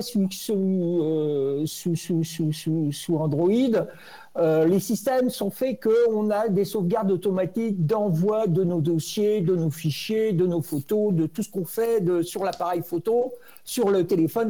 ou sous Android, les systèmes sont faits qu'on a des sauvegardes automatiques d'envoi de nos dossiers, de nos fichiers, de nos photos, de tout ce qu'on fait sur l'appareil photo, sur le téléphone,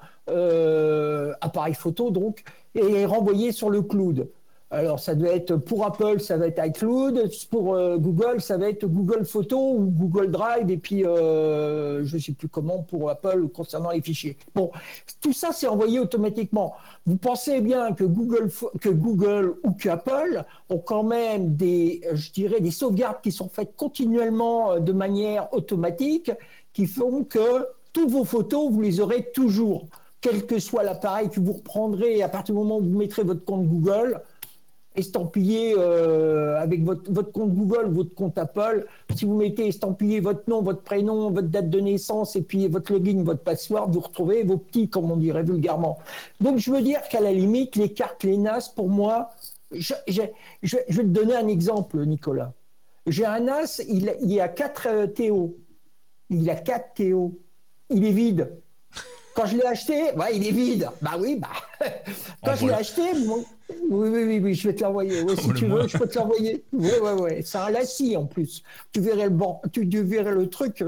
appareil photo donc, et renvoyé sur le cloud. Alors, ça doit être, pour Apple, ça va être iCloud, pour Google, ça va être Google Photos ou Google Drive, et puis, je ne sais plus comment, pour Apple, concernant les fichiers. Bon, tout ça, c'est envoyé automatiquement. Vous pensez bien que Google ou qu'Apple ont quand même des sauvegardes qui sont faites continuellement de manière automatique, qui font que toutes vos photos, vous les aurez toujours, quel que soit l'appareil que vous reprendrez, à partir du moment où vous mettrez votre compte Google, estampillé avec votre compte Google, votre compte Apple. Si vous mettez estampillé votre nom, votre prénom, votre date de naissance et puis votre login, votre password, vous retrouvez vos petits, comme on dirait vulgairement. Donc je veux dire qu'à la limite, les cartes, les NAS, pour moi, je vais te donner un exemple, Nicolas. J'ai un NAS, il y a 4 TO. Il a 4 TO. Il est vide. Quand je l'ai acheté, il est vide. Bah oui, quand je l'ai acheté, oui, je vais te l'envoyer. Ouais, si tu veux, je peux te l'envoyer. Oui. C'est un lacis en plus. Tu verrais le truc.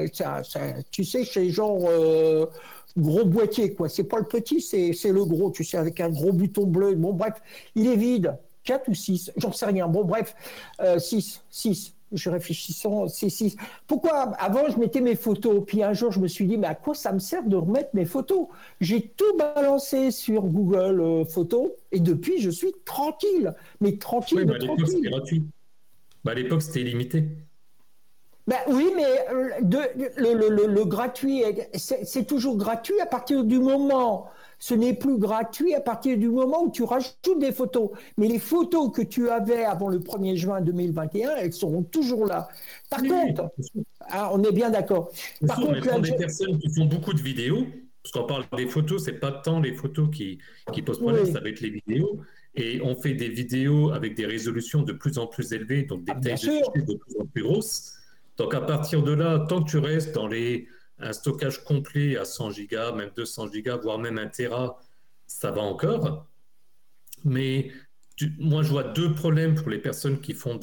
Tu sais, c'est genre gros boîtier, quoi. C'est pas le petit, c'est le gros, tu sais, avec un gros bouton bleu. Bon, bref, il est vide. 4 ou 6, j'en sais rien. Bon, bref, 6. Je réfléchissais, pourquoi avant je mettais mes photos, puis un jour je me suis dit, mais à quoi ça me sert de remettre mes photos? J'ai tout balancé sur Google Photos, et depuis je suis tranquille, mais tranquille Oui, de mais à l'époque, tranquille. c'était gratuit. À l'époque, c'était illimité. Ben oui, mais le gratuit, c'est toujours gratuit à partir du moment. Ce n'est plus gratuit à partir du moment où tu rajoutes des photos. Mais les photos que tu avais avant le 1er juin 2021, elles seront toujours là. Par contre, on est bien d'accord. Par contre, mais des personnes qui font beaucoup de vidéos, parce qu'on parle des photos, c'est pas tant les photos qui posent problème, ça va être les vidéos. Et on fait des vidéos avec des résolutions de plus en plus élevées, donc des tailles de fichiers de plus en plus grosses. Donc à partir de là, tant que tu restes dans un stockage complet à 100 gigas, même 200 gigas, voire même 1 Tera, ça va encore. Mais moi, je vois deux problèmes pour les personnes qui font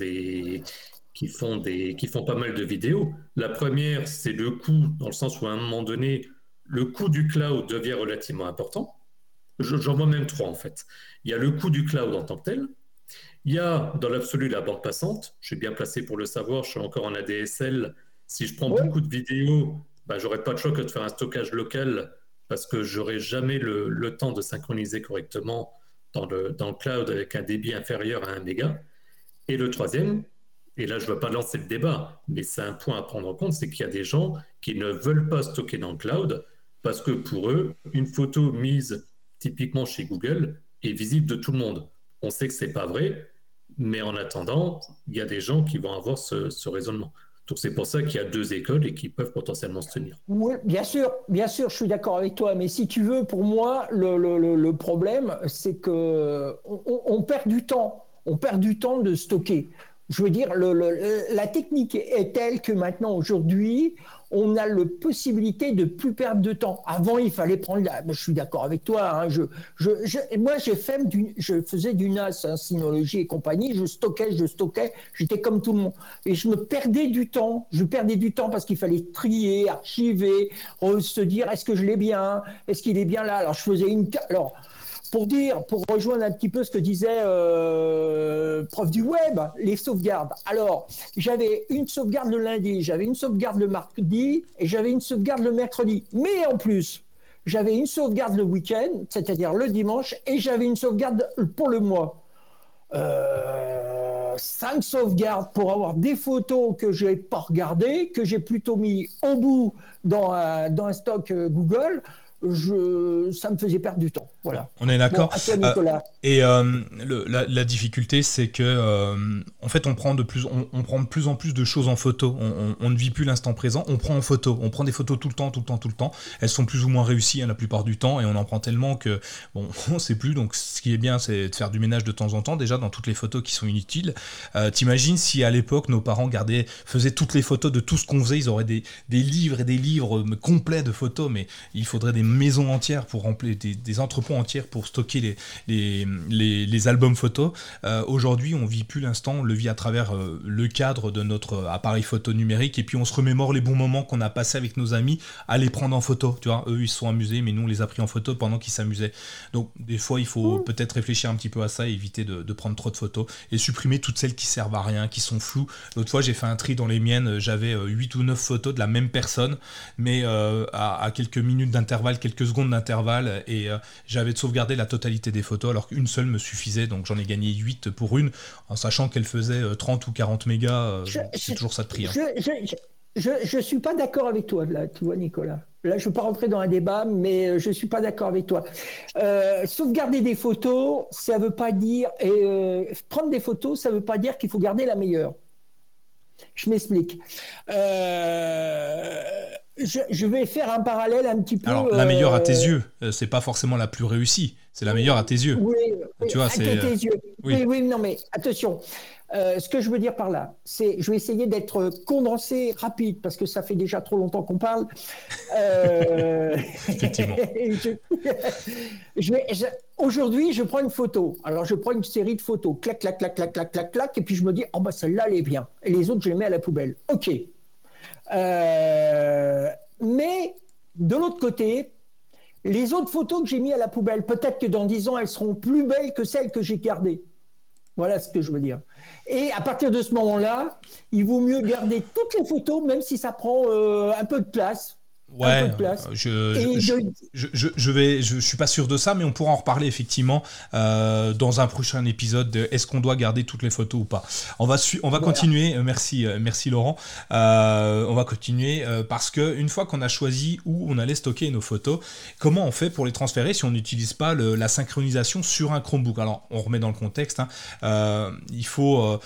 pas mal de vidéos. La première, c'est le coût, dans le sens où à un moment donné, le coût du cloud devient relativement important. J'en vois même trois en fait. Il y a le coût du cloud en tant que tel. Il y a dans l'absolu la bande passante. Je suis bien placé pour le savoir. Je suis encore en ADSL. Si je prends beaucoup de vidéos, j'aurais pas de choix que de faire un stockage local parce que j'aurai jamais le temps de synchroniser correctement dans le cloud avec un débit inférieur à 1 méga. Et le troisième, et là je ne veux pas lancer le débat, mais c'est un point à prendre en compte, c'est qu'il y a des gens qui ne veulent pas stocker dans le cloud parce que pour eux, une photo mise typiquement chez Google est visible de tout le monde. On sait que ce n'est pas vrai, mais en attendant, il y a des gens qui vont avoir ce raisonnement. Donc c'est pour ça qu'il y a deux écoles et qui peuvent potentiellement se tenir. Oui, bien sûr, je suis d'accord avec toi. Mais si tu veux, pour moi, le problème, c'est qu'on perd du temps. On perd du temps de stocker. Je veux dire, la technique est telle que maintenant, aujourd'hui, on a la possibilité de plus perdre de temps. Avant, il fallait prendre je suis d'accord avec toi. Hein, moi, je faisais du NAS, Synology et compagnie. Je stockais. J'étais comme tout le monde. Et je me perdais du temps. Je perdais du temps parce qu'il fallait trier, archiver, se dire est-ce que je l'ai bien? Est-ce qu'il est bien là? Alors, je faisais pour rejoindre un petit peu ce que disait prof du web, les sauvegardes. Alors, j'avais une sauvegarde le lundi, j'avais une sauvegarde le mardi et j'avais une sauvegarde le mercredi. Mais en plus, j'avais une sauvegarde le week-end, c'est-à-dire le dimanche, et j'avais une sauvegarde pour le mois. 5 sauvegardes pour avoir des photos que je n'ai pas regardées, que j'ai plutôt mis au bout dans un stock Google. Ça me faisait perdre du temps. Voilà. On est d'accord. Bon, à toi, Nicolas. Et la difficulté, c'est que en fait, on prend de plus en plus de choses en photo. On ne vit plus l'instant présent. On prend en photo. On prend des photos tout le temps. Elles sont plus ou moins réussies la plupart du temps, et on en prend tellement que on ne sait plus. Donc, ce qui est bien, c'est de faire du ménage de temps en temps. Déjà, dans toutes les photos qui sont inutiles. T'imagines si à l'époque nos parents faisaient toutes les photos de tout ce qu'on faisait. Ils auraient des livres et des livres complets de photos, mais il faudrait des maisons entières pour remplir des entrepôts entières pour stocker les albums photos. Aujourd'hui, on vit plus l'instant, on le vit à travers le cadre de notre appareil photo numérique, et puis on se remémore les bons moments qu'on a passés avec nos amis à les prendre en photo. Tu vois, eux ils se sont amusés, mais nous on les a pris en photo pendant qu'ils s'amusaient. Donc des fois il faut peut-être réfléchir un petit peu à ça et éviter de prendre trop de photos et supprimer toutes celles qui servent à rien, qui sont floues. L'autre fois j'ai fait un tri dans les miennes, j'avais 8 ou 9 photos de la même personne, mais à quelques minutes d'intervalle, quelques secondes d'intervalle, et j'avais sauvegardé la totalité des photos alors qu'une seule me suffisait, donc j'en ai gagné 8 pour une, en sachant qu'elle faisait 30 ou 40 mégas. C'est toujours ça de prix. Je suis pas d'accord avec toi là, tu vois, Nicolas. Là, je ne veux pas rentrer dans un débat, mais je ne suis pas d'accord avec toi. Sauvegarder des photos, ça veut pas dire... prendre des photos, ça ne veut pas dire qu'il faut garder la meilleure. Je m'explique. Je vais faire un parallèle un petit peu... Alors, la meilleure à tes yeux, c'est pas forcément la plus réussie, c'est la meilleure à tes yeux. Oui, tu vois, à tes yeux. Oui, non, mais attention. Ce que je veux dire par là, c'est, je vais essayer d'être condensé, rapide, parce que ça fait déjà trop longtemps qu'on parle. Effectivement. Aujourd'hui, je prends une photo. Alors, je prends une série de photos, clac, clac, clac, clac, clac, clac, clac, et puis je me dis, oh bah celle-là, elle est bien. Et les autres, je les mets à la poubelle. Ok. Mais de l'autre côté, les autres photos que j'ai mis à la poubelle, peut-être que dans 10 ans, elles seront plus belles que celles que j'ai gardées. Voilà ce que je veux dire. Et à partir de ce moment-là, il vaut mieux garder toutes les photos, même si ça prend un peu de place. Ouais, je suis pas sûr de ça, mais on pourra en reparler effectivement dans un prochain épisode de est-ce qu'on doit garder toutes les photos ou pas. On va continuer. Merci Laurent. On va continuer parce que une fois qu'on a choisi où on allait stocker nos photos, comment on fait pour les transférer si on n'utilise pas la synchronisation sur un Chromebook? Alors on remet dans le contexte. Il faut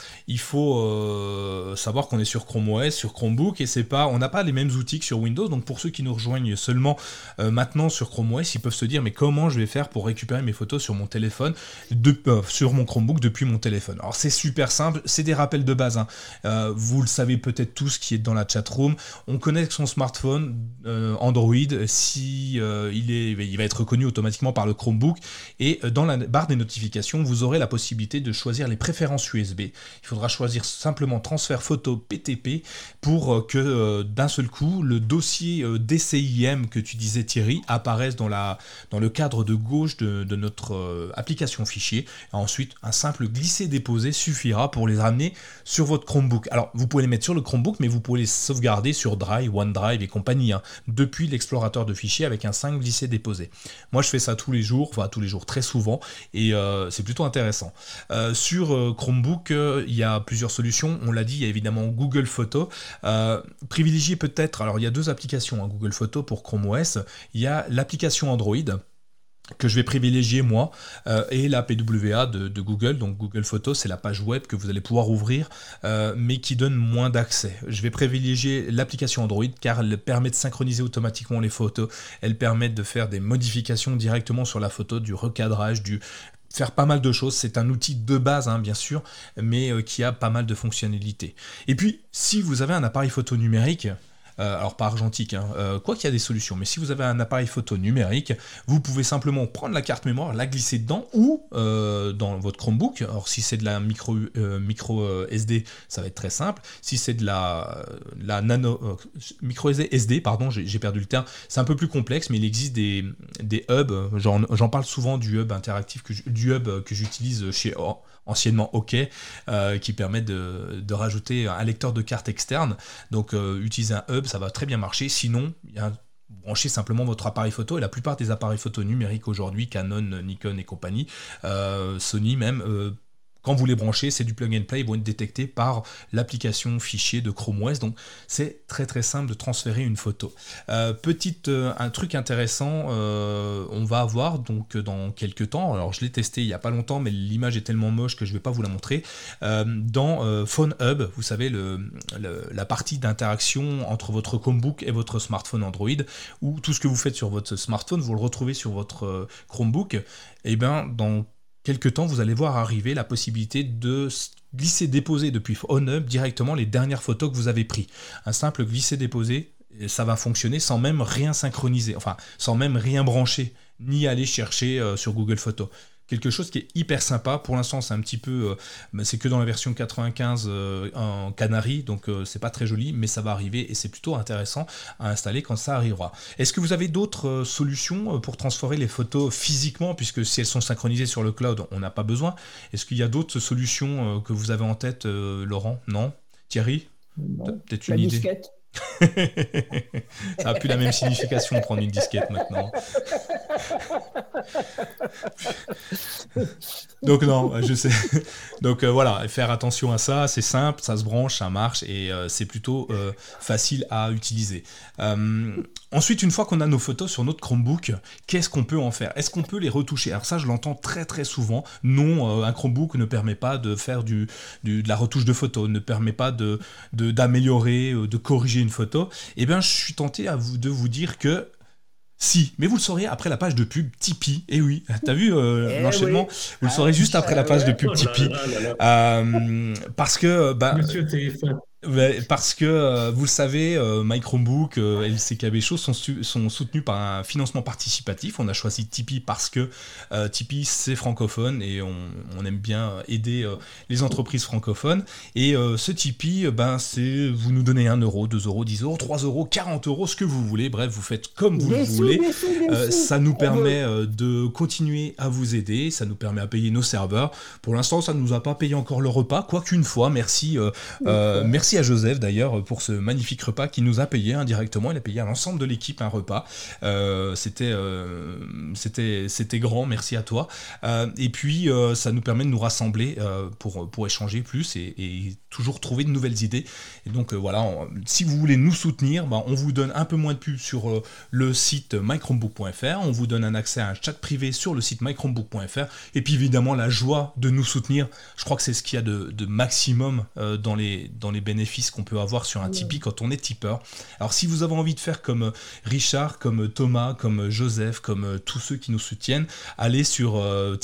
savoir qu'on est sur Chrome OS, sur Chromebook et on n'a pas les mêmes outils que sur Windows. Donc pour ceux qui nous rejoignent seulement maintenant sur Chrome OS, ils peuvent se dire mais comment je vais faire pour récupérer mes photos sur mon téléphone, sur mon Chromebook depuis mon téléphone? Alors c'est super simple, c'est des rappels de base. Vous le savez peut-être tous qui est dans la chatroom. On connecte son smartphone Android, si il va être reconnu automatiquement par le Chromebook et dans la barre des notifications, vous aurez la possibilité de choisir les préférences USB. Il faudra choisir simplement transfert photo PTP pour que d'un seul coup le dossier DCIM que tu disais Thierry apparaisse dans le cadre de gauche de notre application fichier. Et ensuite, un simple glisser-déposer suffira pour les ramener sur votre Chromebook. Alors, vous pouvez les mettre sur le Chromebook, mais vous pouvez les sauvegarder sur Drive, OneDrive et compagnie, depuis l'explorateur de fichiers avec un simple glisser-déposer. Moi, je fais ça tous les jours, très souvent, et c'est plutôt intéressant. Sur Chromebook, il y a plusieurs solutions. On l'a dit, il y a évidemment Google Photos. Privilégiez peut-être, alors il y a deux applications, Google Photos pour Chrome OS, il y a l'application Android que je vais privilégier moi, et la PWA de Google. Donc Google Photos, c'est la page web que vous allez pouvoir ouvrir, mais qui donne moins d'accès. Je vais privilégier l'application Android car elle permet de synchroniser automatiquement les photos, elle permet de faire des modifications directement sur la photo, du recadrage, faire pas mal de choses. C'est un outil de base, bien sûr, mais qui a pas mal de fonctionnalités. Et puis, si vous avez un appareil photo numérique, alors pas argentique, quoi qu'il y a des solutions, mais si vous avez un appareil photo numérique, vous pouvez simplement prendre la carte mémoire, la glisser dedans ou dans votre Chromebook. Alors si c'est de la micro SD, ça va être très simple. Si c'est de la micro SD, pardon, j'ai perdu le terme, c'est un peu plus complexe, mais il existe des hubs, j'en parle souvent du hub interactif, du hub que j'utilise chez anciennement OK, qui permet de rajouter un lecteur de carte externe. Donc utiliser un hub, ça va très bien marcher. Sinon, branchez simplement votre appareil photo, et la plupart des appareils photo numériques aujourd'hui, Canon, Nikon et compagnie, Sony même, quand vous les branchez, c'est du plug and play, ils vont être détectés par l'application fichier de Chrome OS. Donc c'est très très simple de transférer une photo. Un truc intéressant, on va avoir donc dans quelques temps, alors je l'ai testé il n'y a pas longtemps, mais l'image est tellement moche que je ne vais pas vous la montrer, dans Phone Hub, vous savez, la partie d'interaction entre votre Chromebook et votre smartphone Android, où tout ce que vous faites sur votre smartphone, vous le retrouvez sur votre Chromebook. Et bien dans quelque temps, vous allez voir arriver la possibilité de glisser-déposer depuis PhoneHub directement les dernières photos que vous avez prises. Un simple glisser-déposer, ça va fonctionner sans même rien synchroniser, enfin sans même rien brancher, ni aller chercher sur Google Photos. Quelque chose qui est hyper sympa. Pour l'instant, c'est un petit peu, c'est que dans la version 95 en Canary, donc c'est pas très joli, mais ça va arriver et c'est plutôt intéressant à installer quand ça arrivera. Est-ce que vous avez d'autres solutions pour transférer les photos physiquement, puisque si elles sont synchronisées sur le cloud, on n'a pas besoin. Est-ce qu'il y a d'autres solutions que vous avez en tête, Laurent? Non? Thierry? Non. Peut-être une idée. Disquette. Ça n'a plus la même signification de prendre une disquette maintenant. Donc non, je sais. Donc voilà, faire attention à ça, c'est simple, ça se branche, ça marche et c'est plutôt facile à utiliser. Ensuite, une fois qu'on a nos photos sur notre Chromebook, qu'est-ce qu'on peut en faire? Est-ce qu'on peut les retoucher? Alors ça, je l'entends très très souvent. Non, un Chromebook ne permet pas de faire de la retouche de photos, ne permet pas d'améliorer, de corriger une photo. Eh bien, je suis tenté de vous dire que si, mais vous le saurez après la page de pub Tipeee. Et oui, t'as vu l'enchaînement? Oui. Vous le saurez juste après la page de pub Tipeee. Parce que... Monsieur téléphone. Parce que, vous le savez, My Chromebook et LCKB Show sont soutenus par un financement participatif. On a choisi Tipeee parce que Tipeee, c'est francophone et on aime bien aider les entreprises francophones. Et ce Tipeee, c'est vous nous donnez 1 euro, 2 euros, 10 euros, 3 euros, 40 euros, ce que vous voulez. Bref, vous faites comme vous le voulez. Ça nous permet de continuer à vous aider. Ça nous permet à payer nos serveurs. Pour l'instant, ça ne nous a pas payé encore le repas, quoique une fois. Merci à Joseph d'ailleurs pour ce magnifique repas qui nous a payé indirectement. Il a payé à l'ensemble de l'équipe un repas. C'était grand, merci à toi. Et puis ça nous permet de nous rassembler pour échanger plus et toujours trouver de nouvelles idées. Et donc voilà, si vous voulez nous soutenir, on vous donne un peu moins de pub sur le site mychromebook.fr. On vous donne un accès à un chat privé sur le site mychromebook.fr. Et puis évidemment la joie de nous soutenir. Je crois que c'est ce qu'il y a de maximum dans les bénéfices qu'on peut avoir sur un Tipeee quand on est tipeur. Alors si vous avez envie de faire comme Richard, comme Thomas, comme Joseph, comme tous ceux qui nous soutiennent, allez sur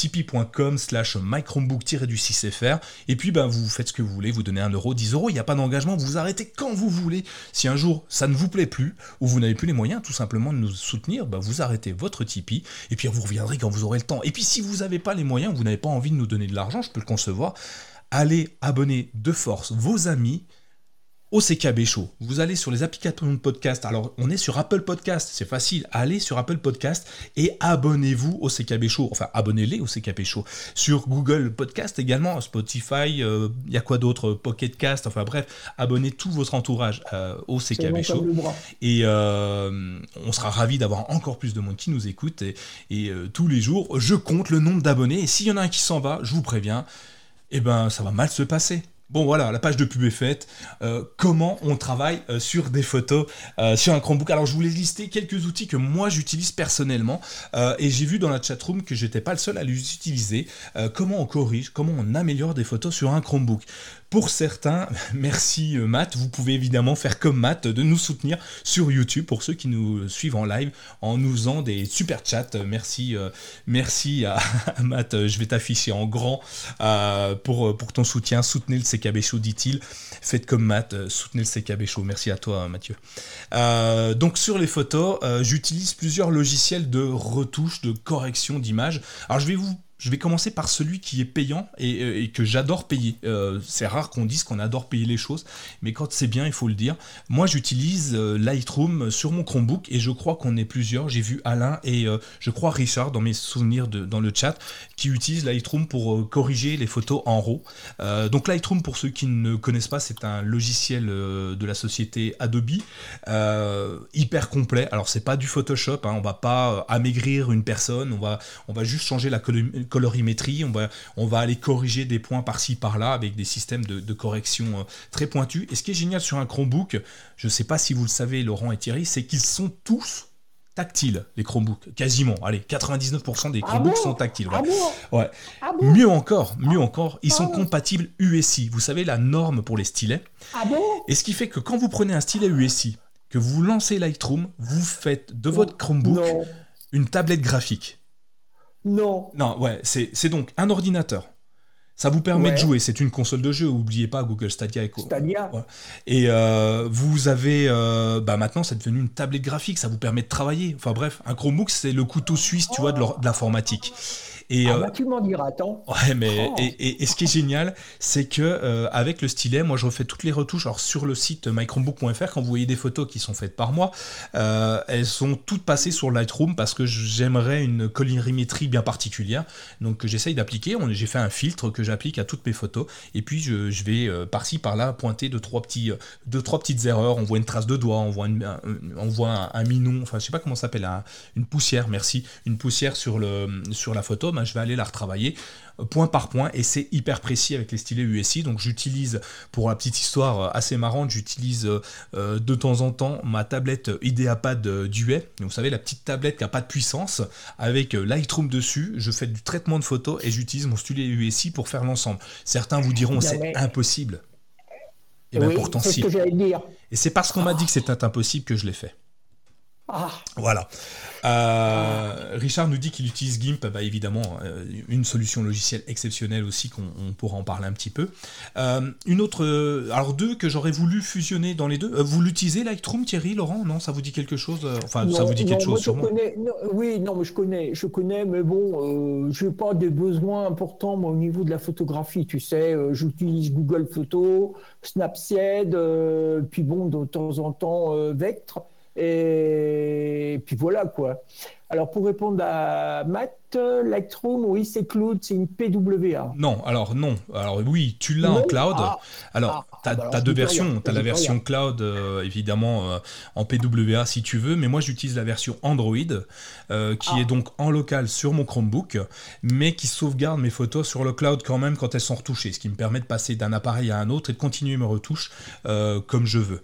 tipeee.com/mychromebook-6fr et puis vous faites ce que vous voulez, vous donnez 1 euro, 10 euros, il n'y a pas d'engagement, vous arrêtez quand vous voulez. Si un jour ça ne vous plaît plus ou vous n'avez plus les moyens tout simplement de nous soutenir, vous arrêtez votre Tipeee et puis vous reviendrez quand vous aurez le temps. Et puis si vous n'avez pas les moyens, vous n'avez pas envie de nous donner de l'argent, je peux le concevoir, allez abonner de force vos amis au CKB Show. Vous allez sur les applications de podcast. Alors, on est sur Apple Podcast. C'est facile. Allez sur Apple Podcast et abonnez-vous au CKB Show. Enfin, abonnez-les au CKB Show. Sur Google Podcast également, Spotify, il y a quoi d'autre, Pocket Cast. Enfin bref, abonnez tout votre entourage au CKB Show. Et on sera ravis d'avoir encore plus de monde qui nous écoute. Et tous les jours, je compte le nombre d'abonnés. Et s'il y en a un qui s'en va, je vous préviens, ça va mal se passer. Bon voilà, la page de pub est faite. Comment on travaille sur des photos sur un Chromebook. Alors je voulais lister quelques outils que moi j'utilise personnellement et j'ai vu dans la chatroom que j'étais pas le seul à les utiliser. Comment on corrige, comment on améliore des photos sur un Chromebook. Pour certains, merci Matt, vous pouvez évidemment faire comme Matt, de nous soutenir sur YouTube, pour ceux qui nous suivent en live, en nous faisant des super chats. Merci à Matt, je vais t'afficher en grand pour ton soutien. Soutenez le CKB Show, dit-il. Faites comme Matt, soutenez le CKB Show. Merci à toi Mathieu. Donc sur les photos, j'utilise plusieurs logiciels de retouche, de correction d'images. Alors je vais commencer par celui qui est payant et que j'adore payer. C'est rare qu'on dise qu'on adore payer les choses, mais quand c'est bien, il faut le dire. Moi, j'utilise Lightroom sur mon Chromebook et je crois qu'on est plusieurs. J'ai vu Alain et je crois Richard, dans mes souvenirs dans le chat, qui utilisent Lightroom pour corriger les photos en RAW. Donc Lightroom, pour ceux qui ne connaissent pas, c'est un logiciel de la société Adobe, hyper complet. Alors, c'est pas du Photoshop, on va pas amaigrir une personne, on va juste changer la colorimétrie, on va aller corriger des points par-ci par-là avec des systèmes de correction très pointus. Et ce qui est génial sur un Chromebook, je ne sais pas si vous le savez Laurent et Thierry, c'est qu'ils sont tous tactiles, les Chromebooks, quasiment. Allez, 99% des Chromebooks sont tactiles. Ouais. Mieux encore, ils sont compatibles USI. Vous savez, la norme pour les stylets. Et ce qui fait que quand vous prenez un stylet USI, que vous lancez Lightroom, vous faites de votre Chromebook une tablette graphique. Non, ouais, c'est donc un ordinateur. Ça vous permet de jouer, c'est une console de jeu, n'oubliez pas Google Stadia. Ouais. Et vous avez, maintenant c'est devenu une tablette graphique, ça vous permet de travailler. Enfin bref, un Chromebook c'est le couteau suisse, tu vois, de l'informatique. Et, tu m'en diras, attends. Ouais, mais et ce qui est génial, c'est que avec le stylet, moi je refais toutes les retouches. Alors sur le site mychromebook.fr, quand vous voyez des photos qui sont faites par moi, elles sont toutes passées sur Lightroom parce que j'aimerais une colorimétrie bien particulière, donc que j'essaye d'appliquer. J'ai fait un filtre que j'applique à toutes mes photos, et puis je vais par-ci par-là pointer deux trois petites erreurs. On voit une trace de doigt, on voit un minon, enfin je sais pas comment ça s'appelle, une poussière. Merci, une poussière sur la photo. Je vais aller la retravailler point par point et c'est hyper précis avec les stylets USI. Donc j'utilise, pour la petite histoire assez marrante, j'utilise de temps en temps ma tablette Ideapad Duet. Vous savez, la petite tablette qui n'a pas de puissance avec Lightroom dessus. Je fais du traitement de photos et j'utilise mon stylet USI pour faire l'ensemble. Certains vous diront c'est impossible. Et bien pourtant c'est ce que j'allais dire. Et c'est parce qu'on m'a dit que c'était impossible que je l'ai fait. Voilà. Richard nous dit qu'il utilise GIMP, évidemment, une solution logicielle exceptionnelle aussi, qu'on pourra en parler un petit peu. Une autre, alors deux que j'aurais voulu fusionner dans les deux. Vous l'utilisez Lightroom, Thierry, Laurent? Non, ça vous dit quelque chose? Enfin, ça vous dit quelque chose sûrement. Oui, non, mais je connais, mais bon, je n'ai pas des besoins importants moi, au niveau de la photographie, tu sais. J'utilise Google Photos, Snapseed, puis bon, de temps en temps, Vectre. Et puis voilà quoi. Alors pour répondre à Matt, Lightroom, oui, c'est cloud, c'est une PWA. Non, alors non. Alors oui, tu l'as en cloud. Alors, tu as deux versions. Tu as la version cloud, évidemment, en PWA si tu veux, mais moi j'utilise la version Android, qui est donc en local sur mon Chromebook, mais qui sauvegarde mes photos sur le cloud quand même quand elles sont retouchées, ce qui me permet de passer d'un appareil à un autre et de continuer mes retouches comme je veux.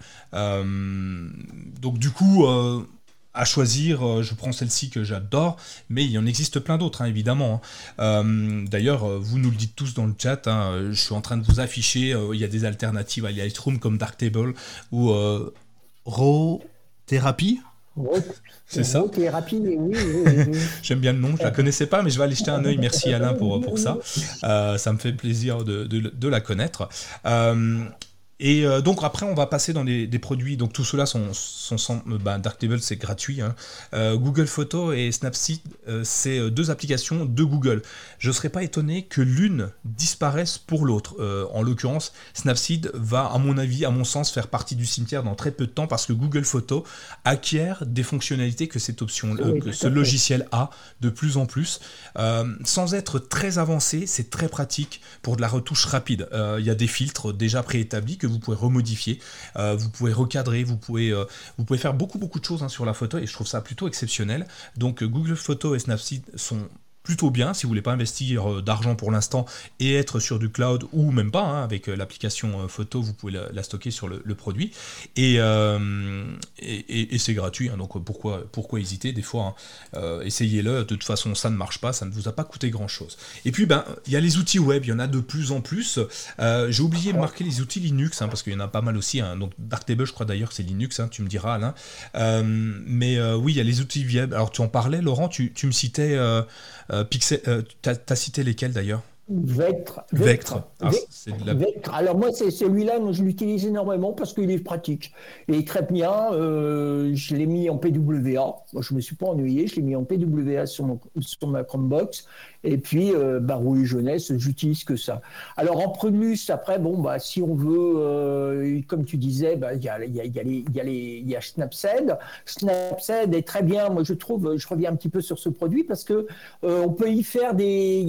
Donc du coup... à choisir, je prends celle-ci que j'adore, mais il en existe plein d'autres, hein, évidemment. D'ailleurs, vous nous le dites tous dans le chat, hein, je suis en train de vous afficher, il y a des alternatives à Lightroom comme Darktable ou Raw Therapy. C'est ça. Thérapie, oui. J'aime bien le nom, je la connaissais pas, mais je vais aller jeter un œil. Merci Alain pour ça. Ça me fait plaisir de la connaître. Et donc après on va passer dans des produits, donc tout cela sont Darktable c'est gratuit, hein. Google Photos et Snapseed c'est deux applications de Google. Je ne serais pas étonné que l'une disparaisse pour l'autre. En l'occurrence Snapseed va à mon avis, à mon sens, faire partie du cimetière dans très peu de temps parce que Google Photos acquiert des fonctionnalités que cette option, que ce logiciel a de plus en plus. Sans être très avancé, c'est très pratique pour de la retouche rapide. Il y a des filtres déjà préétablis que vous pouvez remodifier, vous pouvez recadrer, vous pouvez faire beaucoup de choses, hein, sur la photo, et je trouve ça plutôt exceptionnel. Donc Google Photos et Snapseed sont plutôt bien si vous voulez pas investir d'argent pour l'instant et être sur du cloud, ou même pas, hein, avec l'application photo vous pouvez la stocker sur le produit, et c'est gratuit, hein, donc pourquoi hésiter des fois, hein, essayez-le, de toute façon ça ne marche pas, ça ne vous a pas coûté grand chose. Et puis il y a les outils web, il y en a de plus en plus. J'ai oublié de marquer les outils Linux, hein, parce qu'il y en a pas mal aussi, hein. Donc Darktable je crois d'ailleurs que c'est Linux, hein, tu me diras Alain, mais oui il y a les outils web. Alors tu en parlais Laurent, tu me citais Pixel, t'as cité lesquels d'ailleurs? Vectre. Vectre. Alors moi, c'est celui-là, je l'utilise énormément parce qu'il est pratique. Il est très bien. Je l'ai mis en PWA. Moi, je me suis pas ennuyé. Je l'ai mis en PWA sur ma Chromebox. Et puis, Barouille Jeunesse, j'utilise que ça. Alors en plus, après, si on veut, comme tu disais, il y a Snapseed. Snapseed est très bien. Moi, je trouve, je reviens un petit peu sur ce produit parce que on peut y faire des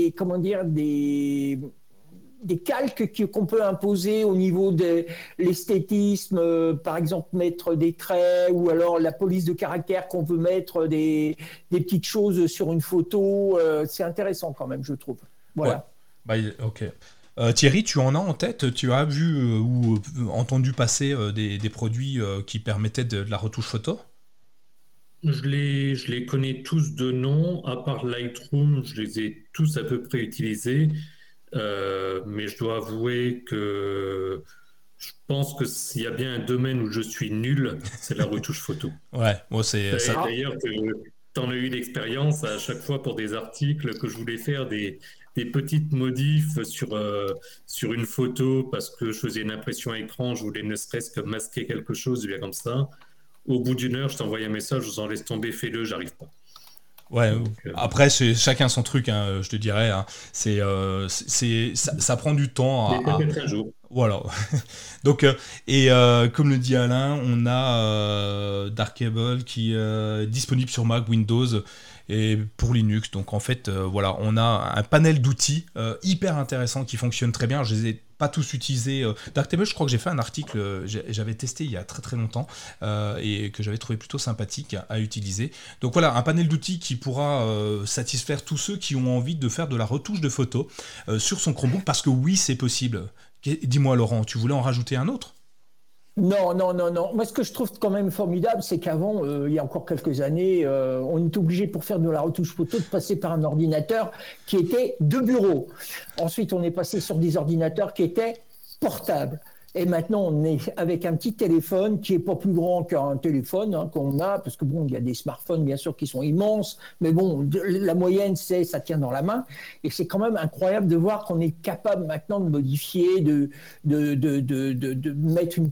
calques qu'on peut imposer au niveau de l'esthétisme, par exemple mettre des traits, ou alors la police de caractère qu'on veut mettre des petites choses sur une photo. C'est intéressant quand même, je trouve. Voilà. Ouais. Ok. Thierry, tu en as en tête? Tu as vu ou entendu passer des produits qui permettaient de la retouche photo? Je les connais tous de nom, à part Lightroom, je les ai tous à peu près utilisés, mais je dois avouer que je pense que s'il y a bien un domaine où je suis nul, c'est la retouche photo. Ouais, moi c'est ça. D'ailleurs, tu en as eu l'expérience à chaque fois pour des articles que je voulais faire des petites modifs sur une photo parce que je faisais une impression à écran, je voulais ne serait-ce que masquer quelque chose, bien comme ça. Au bout d'une heure, je t'envoie un message, je vous en laisse tomber, fais-le, j'arrive pas. Ouais. Donc, après, c'est chacun son truc, hein, je te dirais. Hein. Ça prend du temps. Peut-être un jour. Voilà. Donc, comme le dit Alain, on a Darktable qui est disponible sur Mac, Windows et pour Linux. Donc en fait, voilà, on a un panel d'outils hyper intéressant qui fonctionne très bien. Je les ai pas tous utilisés. Darktable, je crois que j'ai fait un article, j'avais testé il y a très très longtemps et que j'avais trouvé plutôt sympathique à utiliser. Donc voilà, un panel d'outils qui pourra satisfaire tous ceux qui ont envie de faire de la retouche de photos sur son Chromebook, parce que oui, c'est possible. Dis-moi Laurent, tu voulais en rajouter un autre ? Non. Moi, ce que je trouve quand même formidable, c'est qu'avant, il y a encore quelques années, on était obligé pour faire de la retouche photo de passer par un ordinateur qui était de bureau. Ensuite, on est passé sur des ordinateurs qui étaient portables. Et maintenant, on est avec un petit téléphone qui est pas plus grand qu'un téléphone qu'on a, parce que bon, il y a des smartphones bien sûr qui sont immenses, mais bon, la moyenne c'est ça tient dans la main. Et c'est quand même incroyable de voir qu'on est capable maintenant de modifier, de mettre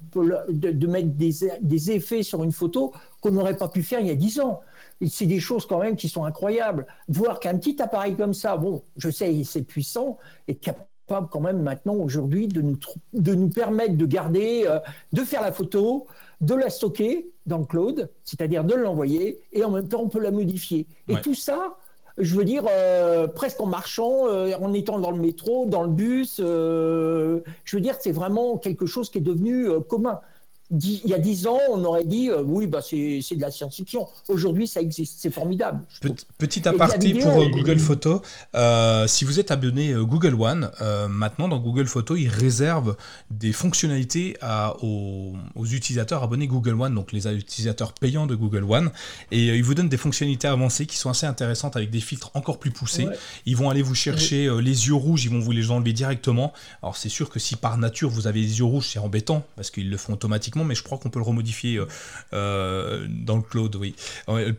des effets sur une photo qu'on n'aurait pas pu faire il y a 10 ans. Et c'est des choses quand même qui sont incroyables. Voir qu'un petit appareil comme ça, bon, je sais, c'est puissant, est capable quand même maintenant aujourd'hui de nous permettre de garder, de faire la photo, de la stocker dans le cloud, c'est-à-dire de l'envoyer, et en même temps on peut la modifier. Et tout ça, je veux dire, presque en marchant, en étant dans le métro, dans le bus, je veux dire, c'est vraiment quelque chose qui est devenu commun. Il y a 10 ans, on aurait dit oui, bah c'est de la science-fiction. Aujourd'hui, ça existe, c'est formidable. Petit aparté pour Google Photos. Si vous êtes abonné Google One, maintenant dans Google Photos, ils réservent des fonctionnalités aux utilisateurs abonnés Google One, donc les utilisateurs payants de Google One, et ils vous donnent des fonctionnalités avancées qui sont assez intéressantes avec des filtres encore plus poussés. Ouais. Ils vont aller vous chercher les yeux rouges, ils vont vous les enlever directement. Alors c'est sûr que si par nature vous avez les yeux rouges, c'est embêtant parce qu'ils le font automatiquement. Mais je crois qu'on peut le remodifier dans le cloud, oui. On peut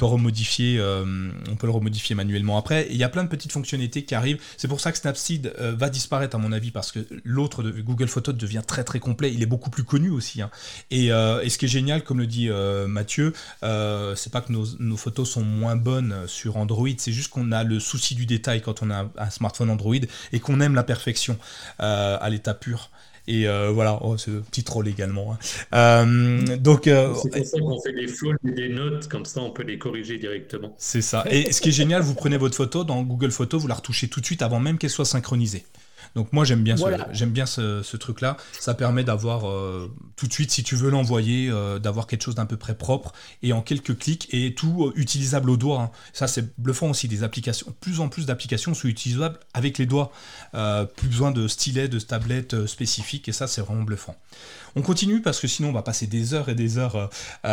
le remodifier manuellement après. Et il y a plein de petites fonctionnalités qui arrivent. C'est pour ça que Snapseed va disparaître à mon avis, parce que l'autre de Google Photos devient très très complet. Il est beaucoup plus connu aussi. Hein. Et ce qui est génial, comme le dit Mathieu, c'est pas que nos photos sont moins bonnes sur Android, c'est juste qu'on a le souci du détail quand on a un smartphone Android et qu'on aime la perfection à l'état pur. Et voilà, c'est un petit troll également. Hein. Donc, c'est pour ça qu'on fait des folds et des notes, comme ça on peut les corriger directement. C'est ça. Et ce qui est génial, vous prenez votre photo dans Google Photos, vous la retouchez tout de suite avant même qu'elle soit synchronisée. Donc moi j'aime bien ce truc-là. Ça permet d'avoir tout de suite, si tu veux l'envoyer, d'avoir quelque chose d'un peu près propre et en quelques clics et tout utilisable au doigt. Hein. Ça c'est bluffant aussi, des applications. Plus en plus d'applications sont utilisables avec les doigts. Plus besoin de stylets, de tablettes spécifiques et ça c'est vraiment bluffant. On continue parce que sinon on va passer des heures et des heures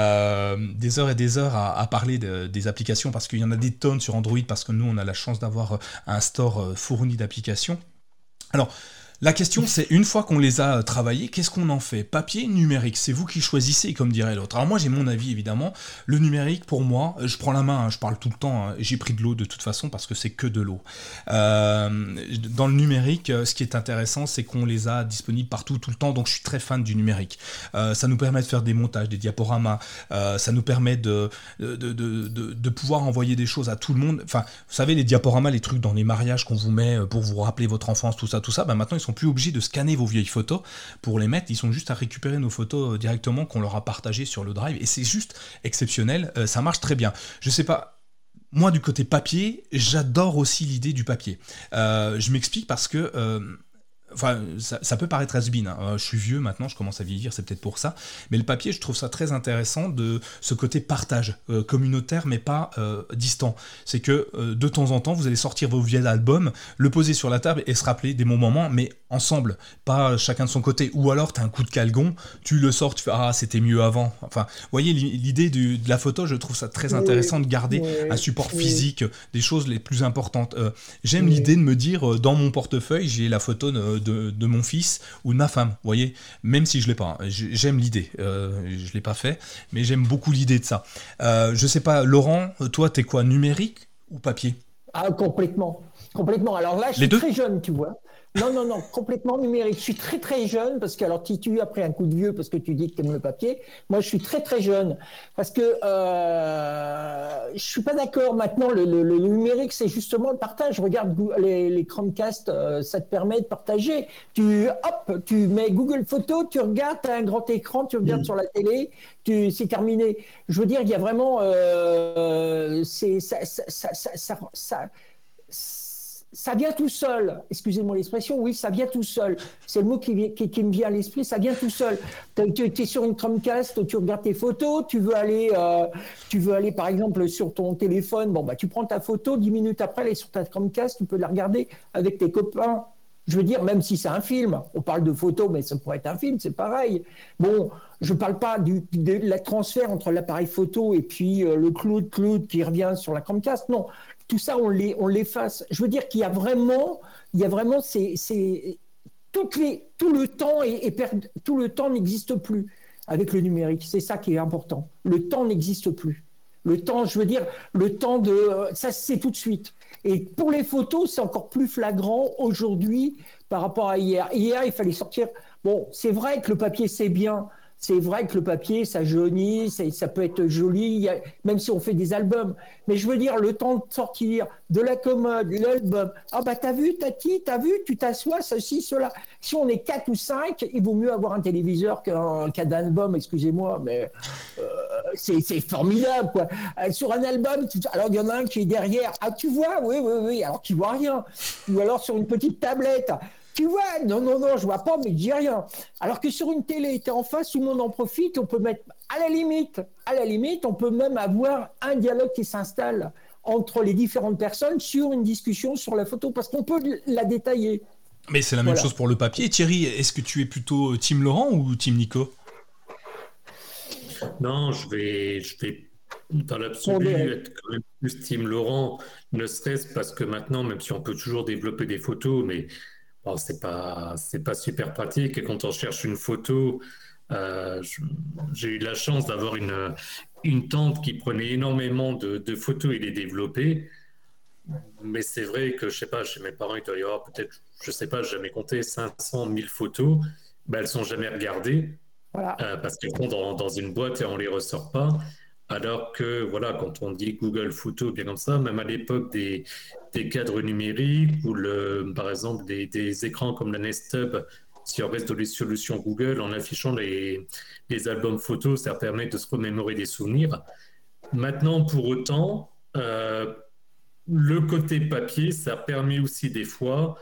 à parler des applications parce qu'il y en a des tonnes sur Android parce que nous on a la chance d'avoir un store fourni d'applications. Alors, la question, c'est une fois qu'on les a travaillés, qu'est-ce qu'on en fait ? Papier, numérique, c'est vous qui choisissez, comme dirait l'autre. Alors moi, j'ai mon avis, évidemment. Le numérique, pour moi, je prends la main, je parle tout le temps, j'ai pris de l'eau de toute façon parce que c'est que de l'eau. Dans le numérique, ce qui est intéressant, c'est qu'on les a disponibles partout, tout le temps, donc je suis très fan du numérique. Ça nous permet de faire des montages, des diaporamas, ça nous permet de pouvoir envoyer des choses à tout le monde. Enfin, vous savez, les diaporamas, les trucs dans les mariages qu'on vous met pour vous rappeler votre enfance, tout ça, ben maintenant, ils sont plus obligés de scanner vos vieilles photos pour les mettre, ils sont juste à récupérer nos photos directement qu'on leur a partagées sur le drive et c'est juste exceptionnel, ça marche très bien. Je sais pas, moi du côté papier, j'adore aussi l'idée du papier. Je m'explique parce que enfin, ça peut paraître has-been, hein. Je suis vieux maintenant, je commence à vieillir, c'est peut-être pour ça. Mais le papier, je trouve ça très intéressant de ce côté partage, communautaire, mais pas distant. C'est que de temps en temps, vous allez sortir vos vieux albums, le poser sur la table et se rappeler des bons moments, mais ensemble, pas chacun de son côté. Ou alors, tu as un coup de calgon, tu le sors, tu fais « Ah, c'était mieux avant ». Enfin, vous voyez, l'idée de la photo, je trouve ça très intéressant de garder un support physique, des choses les plus importantes. J'aime l'idée de me dire, dans mon portefeuille, j'ai la photo de mon fils ou de ma femme, vous voyez, même si je l'ai pas, j'aime l'idée, je l'ai pas fait, mais j'aime beaucoup l'idée de ça. Je sais pas, Laurent, toi t'es quoi, numérique ou papier ? Ah, complètement. Alors là, je suis très jeune, tu vois. Non, complètement numérique. Je suis très très jeune parce que, alors tu as pris un coup de vieux parce que tu dis que tu aimes le papier. Moi, je suis très très jeune parce que je suis pas d'accord. Maintenant, le numérique, c'est justement le partage. Regarde les Chromecast, ça te permet de partager. Tu mets Google Photos, tu regardes, tu as un grand écran, tu regardes sur la télé, c'est terminé. Je veux dire, il y a vraiment ça vient tout seul. Excusez-moi l'expression, oui, ça vient tout seul. C'est le mot qui me vient à l'esprit, ça vient tout seul. Tu es sur une Chromecast, tu regardes tes photos, tu veux aller par exemple sur ton téléphone, tu prends ta photo, 10 minutes après, elle est sur ta Chromecast, tu peux la regarder avec tes copains. Je veux dire, même si c'est un film, on parle de photos, mais ça pourrait être un film, c'est pareil. Bon, je ne parle pas de la transfert entre l'appareil photo et puis le cloud qui revient sur la Chromecast, non. Tout ça, on l'efface. Je veux dire qu'il y a vraiment tout le temps tout le temps n'existe plus avec le numérique. C'est ça qui est important. Le temps n'existe plus. Le temps, je veux dire, le temps ça c'est tout de suite. Et pour les photos, c'est encore plus flagrant aujourd'hui par rapport à hier. Hier, il fallait sortir. Bon, c'est vrai que le papier c'est bien. C'est vrai que le papier, ça jaunit, ça peut être joli, même si on fait des albums. Mais je veux dire, le temps de sortir de la commode, l'album. Ah bah t'as vu, Tati, tu t'assois, ceci, cela. Si on est 4 ou 5, il vaut mieux avoir un téléviseur qu'un album, excusez-moi, mais c'est formidable, quoi. Sur un album, alors il y en a un qui est derrière. Ah tu vois, oui, alors tu vois rien. Ou alors sur une petite tablette. Tu vois, non, je vois pas, mais je dis rien. Alors que sur une télé, t'es en face, tout le monde en profite, on peut mettre, à la limite, on peut même avoir un dialogue qui s'installe entre les différentes personnes sur une discussion sur la photo, parce qu'on peut la détailler. Mais c'est la même chose pour le papier. Thierry, est-ce que tu es plutôt Team Laurent ou Team Nico ? Non, je vais dans l'absolu être quand même plus Team Laurent, ne serait-ce parce que maintenant, même si on peut toujours développer des photos, mais bon, c'est pas super pratique. Et quand on cherche une photo, j'ai eu la chance d'avoir une tante qui prenait énormément de photos et les développait. Mais c'est vrai que, je sais pas, chez mes parents, il doit y avoir peut-être, je sais pas, j'ai jamais compté 500 000 photos. Ben, elles sont jamais regardées parce qu'elles sont dans une boîte et on les ressort pas. Alors que, voilà, quand on dit Google Photos, bien comme ça, même à l'époque des cadres numériques ou par exemple des écrans comme la Nest Hub, si on reste dans les solutions Google, en affichant les albums photos, ça permet de se remémorer des souvenirs. Maintenant, pour autant, le côté papier, ça permet aussi des fois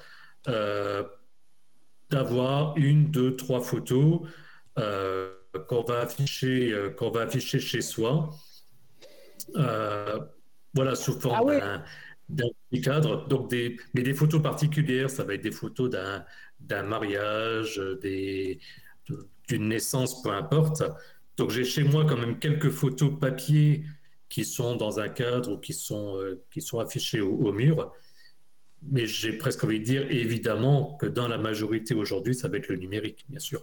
d'avoir 1, 2, 3 photos qu'on va afficher chez soi, voilà, sous forme d'un petit cadre. Donc mais des photos particulières, ça va être des photos d'un mariage, d'une naissance, peu importe. Donc j'ai chez moi quand même quelques photos papier qui sont dans un cadre ou qui sont affichées au mur. Mais j'ai presque envie de dire, évidemment, que dans la majorité aujourd'hui, ça va être le numérique, bien sûr.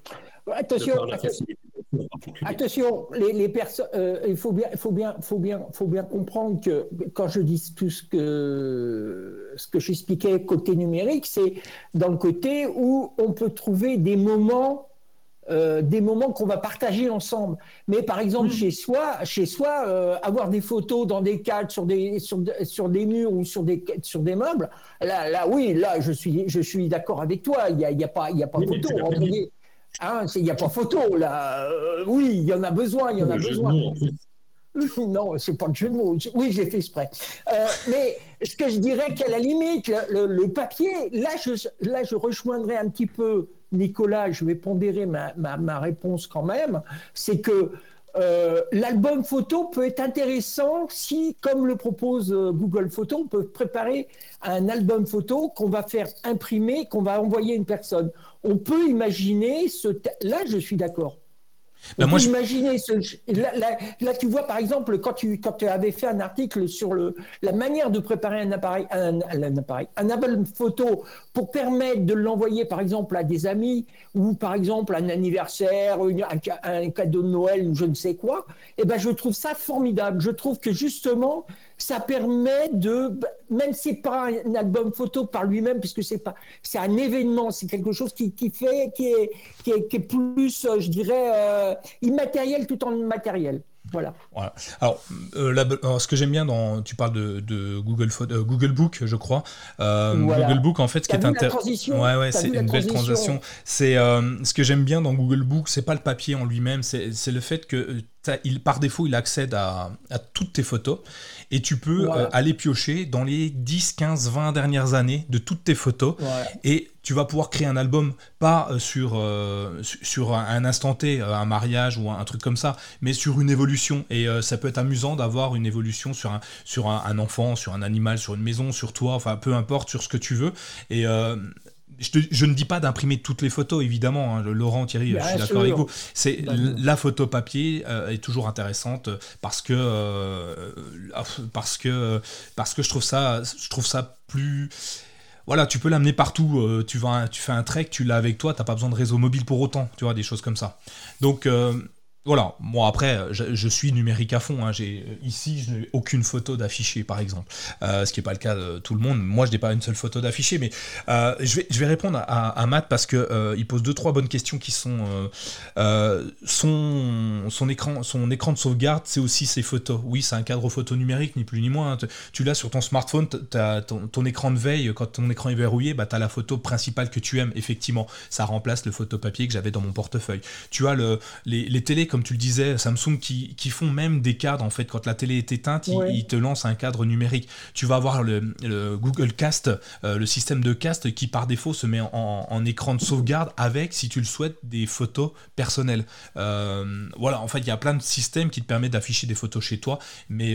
Attention, les personnes, il faut bien comprendre que quand je dis tout ce que j'expliquais côté numérique, c'est dans le côté où on peut trouver des moments qu'on va partager ensemble. Mais par exemple, chez soi, avoir des photos dans des cadres sur des murs ou sur des meubles, là, je suis d'accord avec toi. Il y a pas photo. Il n'y a pas photo là. Oui, il y en a besoin. Non, c'est pas le jeu de mots. Oui, j'ai fait exprès. Mais ce que je dirais qu'à la limite, le papier, là, je rejoindrais un petit peu Nicolas. Je vais pondérer ma réponse quand même. C'est que l'album photo peut être intéressant si, comme le propose Google Photos, on peut préparer un album photo qu'on va faire imprimer, qu'on va envoyer à une personne. On peut imaginer là, je suis d'accord. Imaginer là, tu vois, par exemple, quand tu avais fait un article sur la manière de préparer un album photo pour permettre de l'envoyer, par exemple, à des amis ou, par exemple, un anniversaire, un cadeau de Noël ou je ne sais quoi, eh ben, je trouve ça formidable. Je trouve que, justement, ça permet même si c'est pas un album photo par lui-même, puisque c'est un événement, c'est quelque chose qui est plus, je dirais, immatériel tout en matériel. Voilà. Alors, ce que j'aime bien tu parles de Google Book, je crois. Google Book, en fait, ce qui est intéressant. Ouais, c'est une belle transition. C'est ce que j'aime bien dans Google Book, c'est pas le papier en lui-même, c'est le fait que par défaut, il accède à toutes tes photos et tu peux aller piocher dans les 10, 15, 20 dernières années de toutes tes photos et tu vas pouvoir créer un album, pas sur un instant T, un mariage ou un truc comme ça, mais sur une évolution. Et ça peut être amusant d'avoir une évolution sur un enfant, sur un animal, sur une maison, sur toi, enfin peu importe, sur ce que tu veux. Et je ne dis pas d'imprimer toutes les photos, évidemment, hein, Laurent, Thierry, je suis d'accord avec vous. La photo papier est toujours intéressante parce que je trouve ça plus... voilà, tu peux l'amener partout. Tu fais un trek, tu l'as avec toi, t'as pas besoin de réseau mobile pour autant, tu vois, des choses comme ça. Donc voilà, bon après, je suis numérique à fond, hein. Ici, je n'ai aucune photo d'affiché, par exemple, ce qui n'est pas le cas de tout le monde. Moi, je n'ai pas une seule photo d'affiché, mais je vais répondre à Matt parce qu'il pose 2-3 bonnes questions qui sont son écran de sauvegarde, c'est aussi ses photos. Oui, c'est un cadre photo numérique, ni plus ni moins, hein. Tu l'as sur ton smartphone, t'as ton écran de veille, quand ton écran est verrouillé, bah, tu as la photo principale que tu aimes, effectivement. Ça remplace le photopapier que j'avais dans mon portefeuille. Tu as les télés, comme tu le disais, Samsung qui font même des cadres, en fait, quand la télé est éteinte, ils te lancent un cadre numérique. Tu vas avoir le Google Cast, le système de cast qui par défaut se met en écran de sauvegarde avec, si tu le souhaites, des photos personnelles. Voilà, en fait, il y a plein de systèmes qui te permettent d'afficher des photos chez toi, mais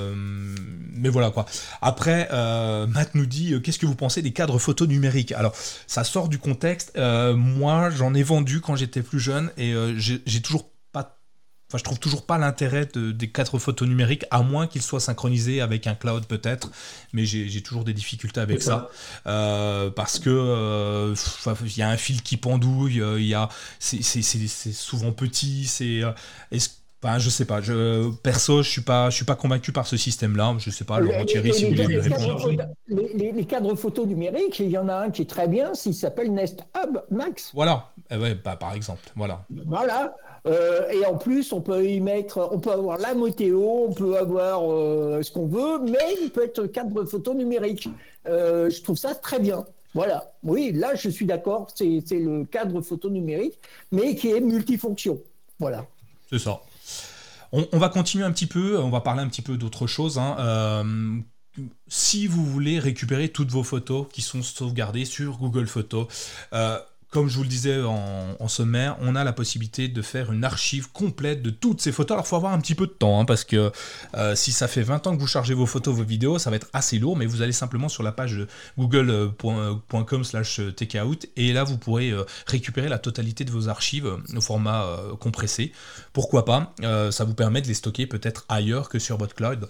voilà quoi. Après, Matt nous dit, qu'est-ce que vous pensez des cadres photos numériques? Alors, ça sort du contexte. Moi, j'en ai vendu quand j'étais plus jeune et j'ai toujours Enfin, je trouve toujours pas l'intérêt des cadres photos numériques, à moins qu'ils soient synchronisés avec un cloud peut-être, mais j'ai toujours des difficultés avec ça, parce que il y a un fil qui pendouille, c'est souvent petit, enfin, je sais pas. Perso, je suis pas convaincu par ce système-là. Je sais pas, Laurent Thierry, si vous voulez me répondre. Les cadres photo numériques, il y en a un qui est très bien, il s'appelle Nest Hub Max. Voilà, ouais, bah, par exemple, voilà. Voilà. Et en plus, on peut avoir la météo, on peut avoir ce qu'on veut, mais il peut être cadre photo numérique. Je trouve ça très bien. Voilà. Oui, là, je suis d'accord. C'est le cadre photo numérique, mais qui est multifonction. Voilà. C'est ça. On va continuer un petit peu. On va parler un petit peu d'autre chose, hein. Si vous voulez récupérer toutes vos photos qui sont sauvegardées sur Google Photos, comme je vous le disais en sommaire, on a la possibilité de faire une archive complète de toutes ces photos. Alors, il faut avoir un petit peu de temps, hein, parce que si ça fait 20 ans que vous chargez vos photos, vos vidéos, ça va être assez lourd, mais vous allez simplement sur la page google.com/takeout, et là, vous pourrez récupérer la totalité de vos archives au format compressé. Pourquoi pas? Ça vous permet de les stocker peut-être ailleurs que sur votre cloud,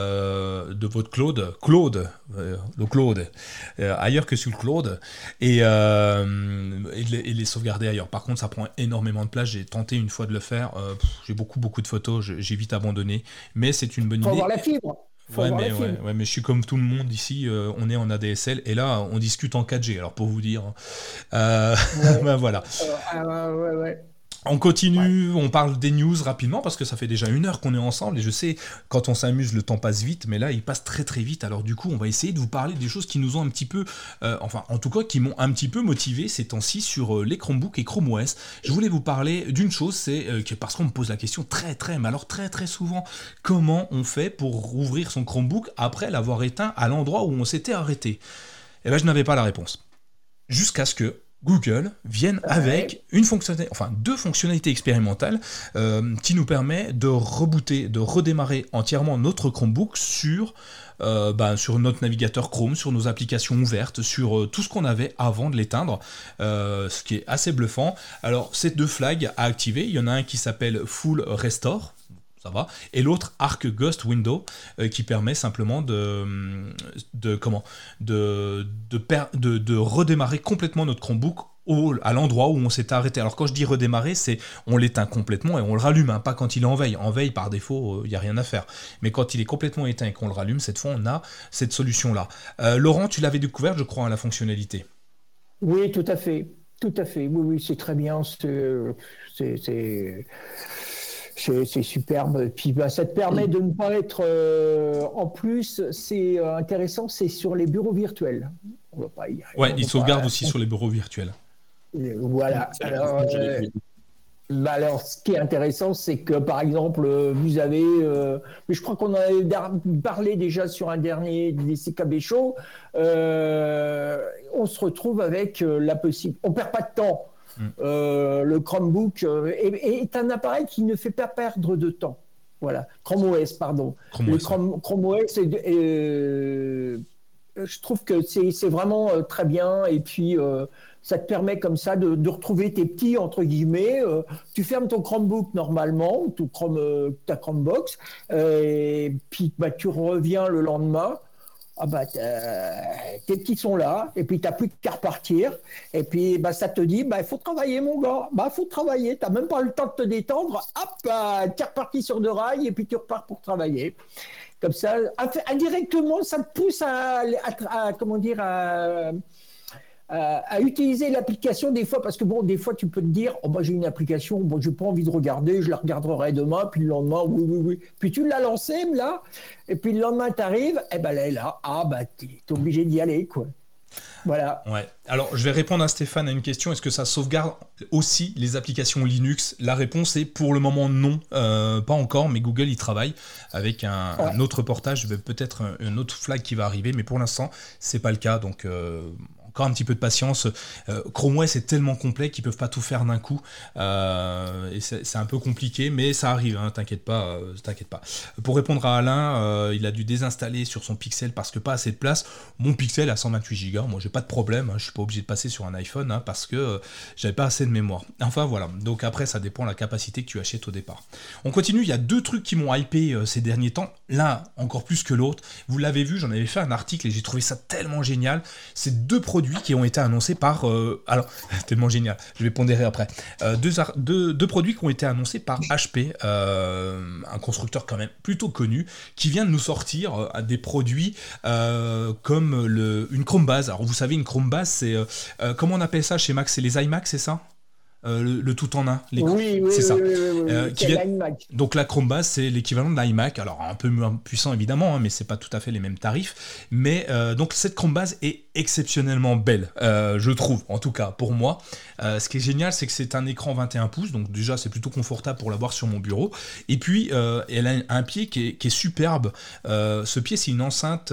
ailleurs que sur le cloud, et les sauvegarder ailleurs. Par contre, ça prend énormément de place. J'ai tenté une fois de le faire. J'ai beaucoup de photos. J'ai vite abandonné. Mais c'est une bonne idée. Faut avoir la fibre. Ouais, mais je suis comme tout le monde ici. On est en ADSL et là, on discute en 4G. Alors, pour vous dire. Ben voilà. Ouais. On continue, on parle des news rapidement parce que ça fait déjà 1 heure qu'on est ensemble et je sais, quand on s'amuse, le temps passe vite, mais là, il passe très très vite. Alors du coup, on va essayer de vous parler des choses qui nous ont un petit peu, enfin, en tout cas, qui m'ont un petit peu motivé ces temps-ci sur les Chromebooks et Chrome OS. Je voulais vous parler d'une chose, c'est que parce qu'on me pose la question mais alors très souvent, comment on fait pour rouvrir son Chromebook après l'avoir éteint à l'endroit où on s'était arrêté? Eh ben, je n'avais pas la réponse. Jusqu'à ce que Google vienne avec une fonctionnalité, enfin 2 fonctionnalités expérimentales qui nous permet de rebooter, de redémarrer entièrement notre Chromebook sur notre navigateur Chrome, sur nos applications ouvertes, sur tout ce qu'on avait avant de l'éteindre, ce qui est assez bluffant. Alors, ces 2 flags à activer, il y en a un qui s'appelle Full Restore, ça va, et l'autre Arc Ghost Window qui permet simplement de redémarrer complètement notre Chromebook à l'endroit où on s'était arrêté. Alors quand je dis redémarrer, c'est on l'éteint complètement et on le rallume, hein, pas quand il est en veille. En veille, par défaut, il n'y a rien à faire. Mais quand il est complètement éteint et qu'on le rallume, cette fois, on a cette solution-là. Laurent, tu l'avais découvert, je crois, à la fonctionnalité. Oui, tout à fait. Oui, c'est très bien. C'est superbe. Puis ça te permet de ne pas être. En plus, c'est intéressant, c'est sur les bureaux virtuels. Il sauvegarde aussi sur les bureaux virtuels. Voilà. Alors, ce qui est intéressant, c'est que par exemple, vous avez. Mais je crois qu'on en avait parlé déjà sur un dernier DCKB Show. On se retrouve avec la possibilité. On perd pas de temps. Le Chromebook est un appareil qui ne fait pas perdre de temps. Voilà, Chrome OS, pardon. Chrome OS, je trouve que c'est vraiment très bien. Et puis, ça te permet comme ça de retrouver tes petits, entre guillemets. Tu fermes ton Chromebook normalement, ta Chromebox, et puis tu reviens le lendemain. tes petits sont là, et puis tu n'as plus qu'à repartir, et puis ça te dit, il faut travailler mon gars, il faut travailler, tu n'as même pas le temps de te détendre, hop, tu es reparti sur 2 rails, et puis tu repars pour travailler. Comme ça, indirectement, ça te pousse à utiliser l'application des fois, parce que des fois tu peux te dire, j'ai une application, j'ai pas envie de regarder, je la regarderai demain, puis le lendemain, oui. Puis tu l'as lancée, là, et puis le lendemain t'arrives, elle est là, t'es obligé d'y aller, quoi. Voilà. Ouais. Alors, je vais répondre à Stéphane à une question. Est-ce que ça sauvegarde aussi les applications Linux ? La réponse est pour le moment non, pas encore, mais Google y travaille avec un autre portage, peut-être un autre flag qui va arriver, mais pour l'instant, c'est pas le cas. Donc, encore un petit peu de patience. Chrome OS est tellement complet qu'ils peuvent pas tout faire d'un coup, et c'est un peu compliqué, mais ça arrive. T'inquiète pas. Pour répondre à Alain, il a dû désinstaller sur son Pixel parce que pas assez de place. Mon Pixel a 128 Go, moi j'ai pas de problème, je suis pas obligé de passer sur un iPhone parce que j'avais pas assez de mémoire. Enfin voilà, donc après ça dépend de la capacité que tu achètes au départ. On continue, il y a 2 trucs qui m'ont hypé ces derniers temps, l'un encore plus que l'autre. Vous l'avez vu, j'en avais fait un article et j'ai trouvé ça tellement génial. C'est 2 produits qui ont été annoncés par... alors, tellement génial, je vais pondérer après. Deux produits qui ont été annoncés par HP, un constructeur quand même plutôt connu, qui vient de nous sortir des produits comme une Chromebase. Alors vous savez, une Chromebase, c'est... comment on appelle ça chez Mac ? C'est les iMac, c'est ça ? Le tout en un, oui, c'est ça. Oui. Donc la Chromebase, c'est l'équivalent de l'iMac, alors un peu moins puissant évidemment, mais c'est pas tout à fait les mêmes tarifs. Mais donc cette Chromebase est exceptionnellement belle, je trouve, en tout cas pour moi. Ce qui est génial, c'est que c'est un écran 21 pouces, donc déjà c'est plutôt confortable pour l'avoir sur mon bureau. Et puis elle a un pied qui est superbe. Ce pied, c'est une enceinte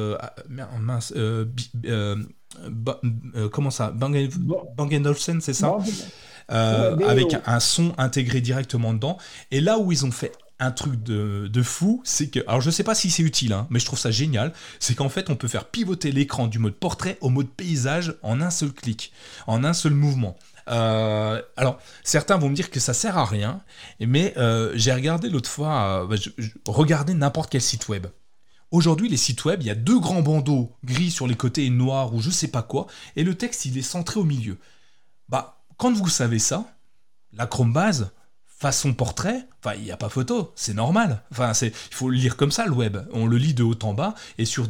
comment ça, Bang & Olufsen, c'est ça ? Avec un son intégré directement dedans. Et là où ils ont fait un truc de fou, c'est que, alors je sais pas si c'est utile, mais je trouve ça génial, c'est qu'en fait on peut faire pivoter l'écran du mode portrait au mode paysage en un seul clic, en un seul mouvement. Alors certains vont me dire que ça sert à rien, mais j'ai regardé l'autre fois, regardez n'importe quel site web. Aujourd'hui, les sites web, il y a 2 grands bandeaux gris sur les côtés et noirs ou je sais pas quoi, et le texte il est centré au milieu. Quand vous savez ça, la Chromebase, façon portrait, il n'y a pas photo, c'est normal. Il faut le lire comme ça, le web. On le lit de haut en bas et sur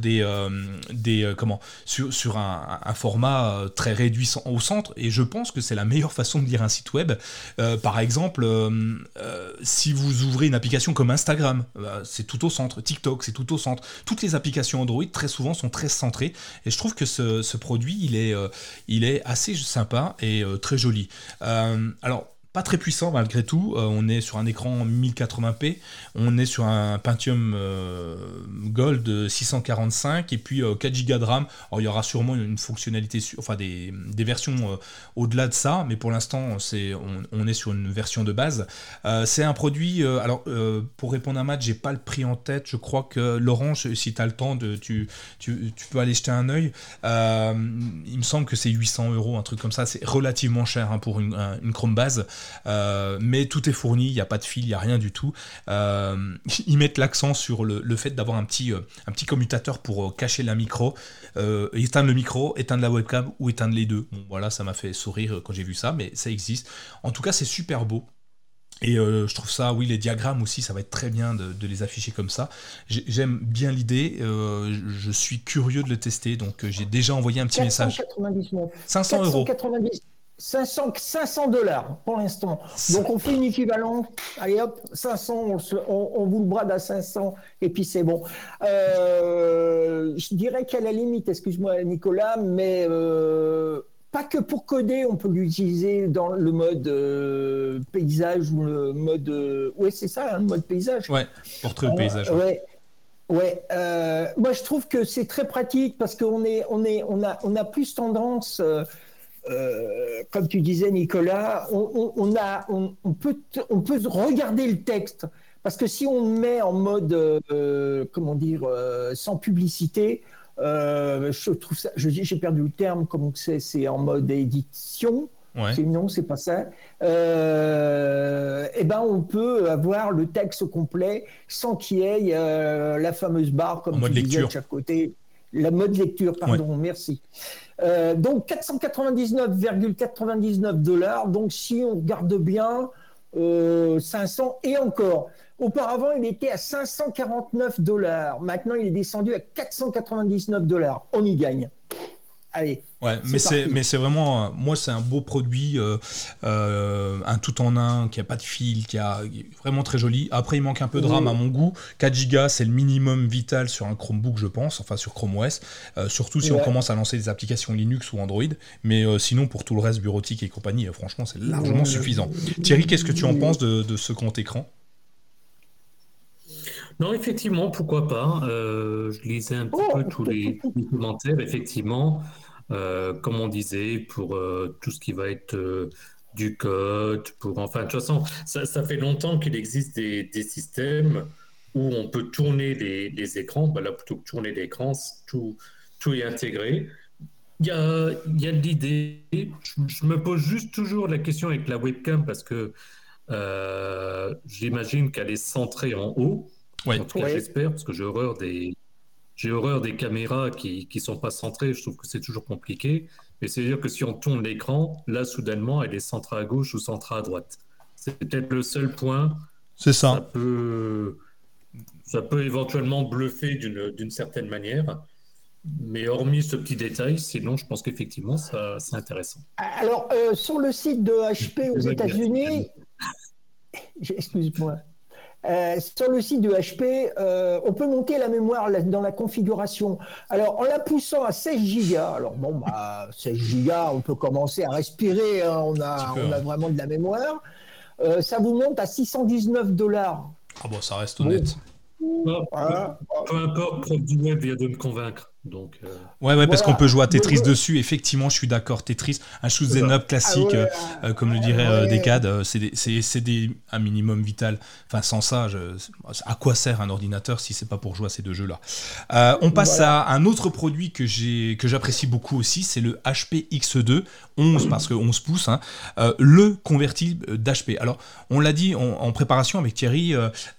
sur un format très réduit au centre. Et je pense que c'est la meilleure façon de lire un site web. Par exemple, si vous ouvrez une application comme Instagram, c'est tout au centre. TikTok, c'est tout au centre. Toutes les applications Android, très souvent, sont très centrées. Et je trouve que ce produit, il est assez sympa et très joli. Alors, pas très puissant malgré tout, on est sur un écran 1080p, on est sur un Pentium Gold 645 et puis 4 Go de RAM. Alors il y aura sûrement une fonctionnalité, des versions au-delà de ça, mais pour l'instant on est sur une version de base. C'est un produit, pour répondre à Matt, j'ai pas le prix en tête, je crois que Laurent, si tu as le temps, tu peux aller jeter un œil. Il me semble que c'est 800 €, un truc comme ça, c'est relativement cher pour une Chromebase. Mais tout est fourni, il n'y a pas de fil, il n'y a rien du tout. Ils mettent l'accent sur le fait d'avoir un petit commutateur pour cacher la micro, éteindre le micro, éteindre la webcam ou éteindre les deux. Bon, voilà, ça m'a fait sourire quand j'ai vu ça, mais ça existe. En tout cas, c'est super beau. Et je trouve ça, oui, les diagrammes aussi, ça va être très bien de les afficher comme ça. J'aime bien l'idée, je suis curieux de le tester, donc j'ai déjà envoyé un petit message. 500 €. 500 $ pour l'instant. Donc on fait une équivalent. Allez hop, 500, on vous le brade à 500 et puis c'est bon. Je dirais qu'à la limite, excuse-moi Nicolas, mais pas que pour coder, on peut l'utiliser dans le mode paysage ou le mode. Ouais, c'est ça, le mode paysage. Ouais, portrait au paysage. Ouais. Moi je trouve que c'est très pratique parce qu'on a plus tendance. Comme tu disais Nicolas, on peut regarder le texte parce que si on le met en mode sans publicité, je trouve ça, j'ai perdu le terme, comme c'est en mode édition. Ouais. Non, c'est pas ça. On peut avoir le texte complet sans qu'il y ait la fameuse barre comme tu disais de chaque côté. La mode lecture, pardon, merci. Donc 499,99 $. Donc si on regarde bien, 500 et encore. Auparavant, il était à 549 $. Maintenant, il est descendu à 499 $. On y gagne. Allez. Ouais, mais c'est vraiment, moi c'est un beau produit, un tout en un, qui a pas de fil, qui est vraiment très joli. Après, il manque un peu de RAM à mon goût. 4 Go, c'est le minimum vital sur un Chromebook, je pense, enfin sur Chrome OS, surtout si on commence à lancer des applications Linux ou Android. Mais sinon, pour tout le reste, bureautique et compagnie, franchement, c'est largement suffisant. Thierry, qu'est-ce que tu en penses de ce grand écran ? Non, effectivement, pourquoi pas. Je lisais un petit peu tous les commentaires, effectivement. Comme on disait, pour tout ce qui va être du code, enfin, de toute façon, ça fait longtemps qu'il existe des systèmes où on peut tourner les écrans. Là, plutôt que tourner l'écran, tout est intégré. Il y a de l'idée. Je me pose juste toujours la question avec la webcam parce que j'imagine qu'elle est centrée en haut. Ouais. En tout cas, j'espère, parce que j'ai horreur des caméras qui sont pas centrées. Je trouve que c'est toujours compliqué. Mais c'est-à-dire que si on tourne l'écran, là, soudainement, elle est centrée à gauche ou centrée à droite. C'est peut-être le seul point. C'est ça. Ça peut éventuellement bluffer d'une certaine manière. Mais hormis ce petit détail, sinon, je pense qu'effectivement, c'est intéressant. Alors, sur le site de HP aux États-Unis, excuse-moi. Sur le site de HP, on peut monter la mémoire dans la configuration. Alors, en la poussant à 16 Go, alors 16 Go, on peut commencer à respirer, hein, on a vraiment de la mémoire. Ça vous monte à 619 $. Ah bon, ça reste honnête. Peu importe, prof du web vient de me convaincre. Donc, Ouais, parce qu'on peut jouer à Tetris dessus. Effectivement, je suis d'accord. Tetris, un shoot'em up classique, comme le dirait Decade, c'est un minimum vital. Enfin, sans ça, à quoi sert un ordinateur si c'est pas pour jouer à ces deux jeux-là ? On passe à un autre produit que j'apprécie beaucoup aussi, c'est le HP X2 11 parce que 11 pouces, hein, le convertible d'HP. Alors, on l'a dit en préparation avec Thierry.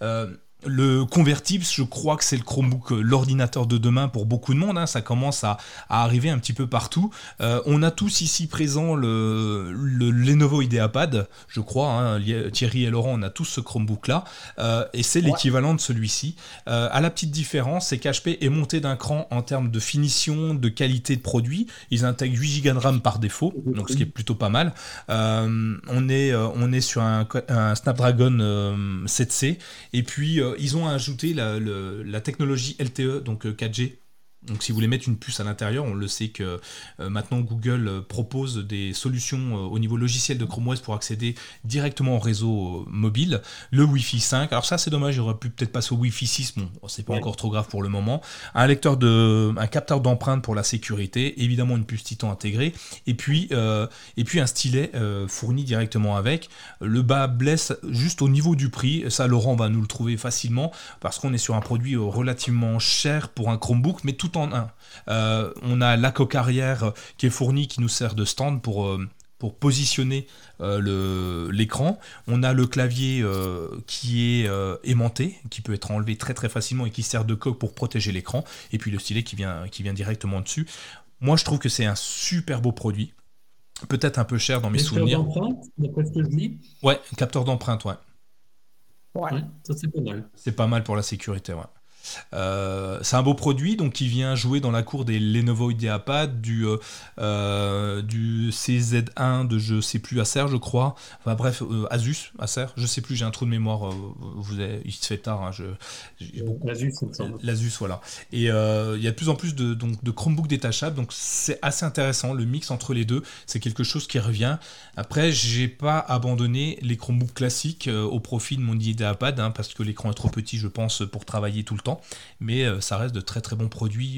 Le convertible, je crois que c'est le Chromebook, l'ordinateur de demain pour beaucoup de monde, hein, ça commence à arriver un petit peu partout. On a tous ici présent le Lenovo IdeaPad, je crois, hein, Thierry et Laurent, on a tous ce Chromebook-là, et c'est l'équivalent de celui-ci. À la petite différence, c'est qu'HP est monté d'un cran en termes de finition, de qualité de produit. Ils intègrent 8 Go de RAM par défaut, donc ce qui est plutôt pas mal. On est sur un Snapdragon 7C, et puis ils ont ajouté la technologie LTE, donc 4G. Donc si vous voulez mettre une puce à l'intérieur, on le sait que maintenant Google propose des solutions au niveau logiciel de Chrome OS pour accéder directement au réseau mobile. Le Wi-Fi 5, alors ça c'est dommage, j'aurais pu peut-être passer au Wi-Fi 6, bon c'est pas encore trop grave pour le moment. Un capteur d'empreinte pour la sécurité, évidemment une puce Titan intégrée, et puis un stylet fourni directement avec. Le bas blesse juste au niveau du prix, ça Laurent va nous le trouver facilement, parce qu'on est sur un produit relativement cher pour un Chromebook, mais tout en un. On a la coque arrière qui est fournie, qui nous sert de stand pour positionner l'écran. On a le clavier qui est aimanté, qui peut être enlevé très très facilement et qui sert de coque pour protéger l'écran. Et puis le stylet qui vient directement dessus. Moi je trouve que c'est un super beau produit. Peut-être un peu cher dans mes souvenirs. Capteur d'empreinte, d'après ce que je lis. Ouais, capteur d'empreinte, ouais. Ouais, ça c'est pas mal. C'est pas mal pour la sécurité, ouais. C'est un beau produit donc qui vient jouer dans la cour des Lenovo IdeaPad, du CZ1 de je sais plus Acer je crois, enfin bref Asus, je sais plus, j'ai un trou de mémoire, il se fait tard, hein, l'Asus voilà, et il y a de plus en plus de Chromebook détachables, donc c'est assez intéressant, le mix entre les deux, c'est quelque chose qui revient. Après j'ai pas abandonné les Chromebooks classiques au profit de mon IdeaPad, hein, parce que l'écran est trop petit je pense pour travailler tout le temps, mais ça reste de très très bons produits.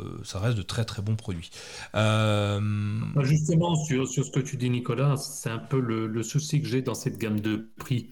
Justement, sur ce que tu dis, Nicolas, c'est un peu le souci que j'ai dans cette gamme de prix.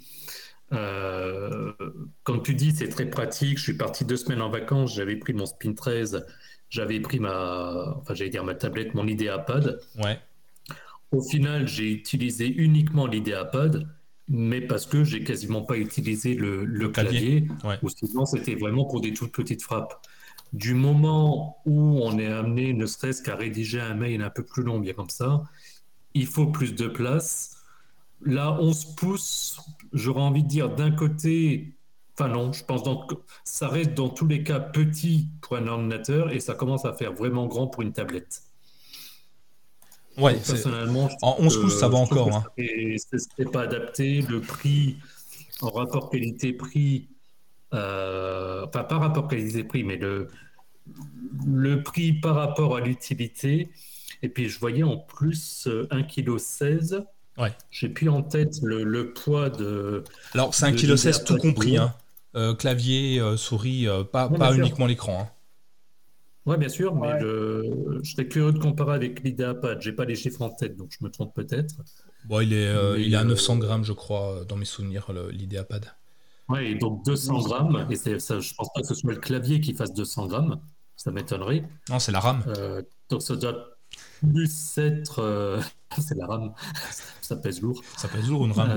Comme tu dis, c'est très pratique. Je suis parti 2 semaines en vacances, j'avais pris mon Spin 13, j'avais pris ma tablette, mon IdeaPad. Ouais. Au final, j'ai utilisé uniquement l'IdeaPad, mais parce que j'ai quasiment pas utilisé le clavier, ouais. ou sinon c'était vraiment pour des toutes petites frappes. du moment où on est amené, ne serait-ce qu'à rédiger un mail un peu plus long, bien comme ça, il faut plus de place. Là, 11 pouces, j'aurais envie de dire d'un côté, enfin non, je pense que ça reste dans tous les cas petit pour un ordinateur et ça commence à faire vraiment grand pour une tablette. Ouais, Donc, personnellement, en 11 pouces, ça va encore. Hein. C'est pas adapté. Le prix en rapport qualité-prix, enfin pas rapport qualité-prix, mais le prix par rapport à l'utilité. Et puis je voyais en plus 1,16 kg. Ouais. J'ai plus en tête le poids de. Alors c'est 1,16 kg tout compris. Hein. Clavier, souris, pas uniquement l'écran. Hein. Oui, bien sûr, mais je serais curieux de comparer avec l'IdeaPad. J'ai pas les chiffres en tête, donc je me trompe peut-être. Bon, il est à 900 grammes, je crois, dans mes souvenirs, l'IdeaPad. Oui, donc 200 grammes. Et ça, je pense pas que ce soit le clavier qui fasse 200 grammes. Ça m'étonnerait. Non, c'est la RAM. Donc ça doit plus être... c'est la RAM. Ça pèse lourd. Ça pèse lourd, une RAM.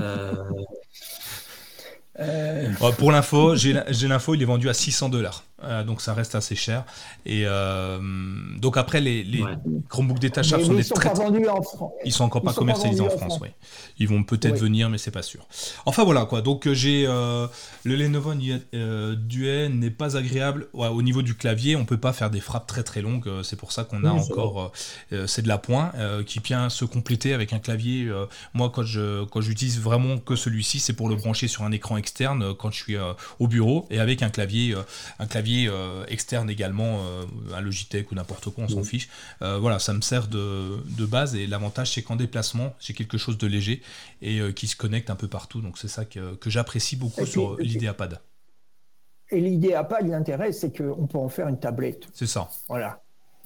Pour l'info, j'ai l'info, il est vendu à $600. Donc ça reste assez cher. Et donc après, les Chromebooks détachables sont des très... Ils sont encore pas commercialisés en France. Ouais. Ils vont peut-être venir, mais c'est pas sûr. Enfin voilà quoi. Donc j'ai le Lenovo Duet n'est pas agréable. Ouais, au niveau du clavier, on peut pas faire des frappes très très longues. C'est pour ça qu'on a encore c'est de la pointe qui vient se compléter avec un clavier. Moi, quand j'utilise vraiment que celui-ci, c'est pour le brancher sur un écran externe quand je suis au bureau et avec un clavier externe également, un Logitech ou n'importe quoi, on s'en fiche. Voilà, ça me sert de base et l'avantage c'est qu'en déplacement, j'ai quelque chose de léger et qui se connecte un peu partout. Donc c'est ça que j'apprécie beaucoup sur l'IdeaPad. Et l'IdeaPad, l'intérêt c'est qu'on peut en faire une tablette. C'est ça. Voilà.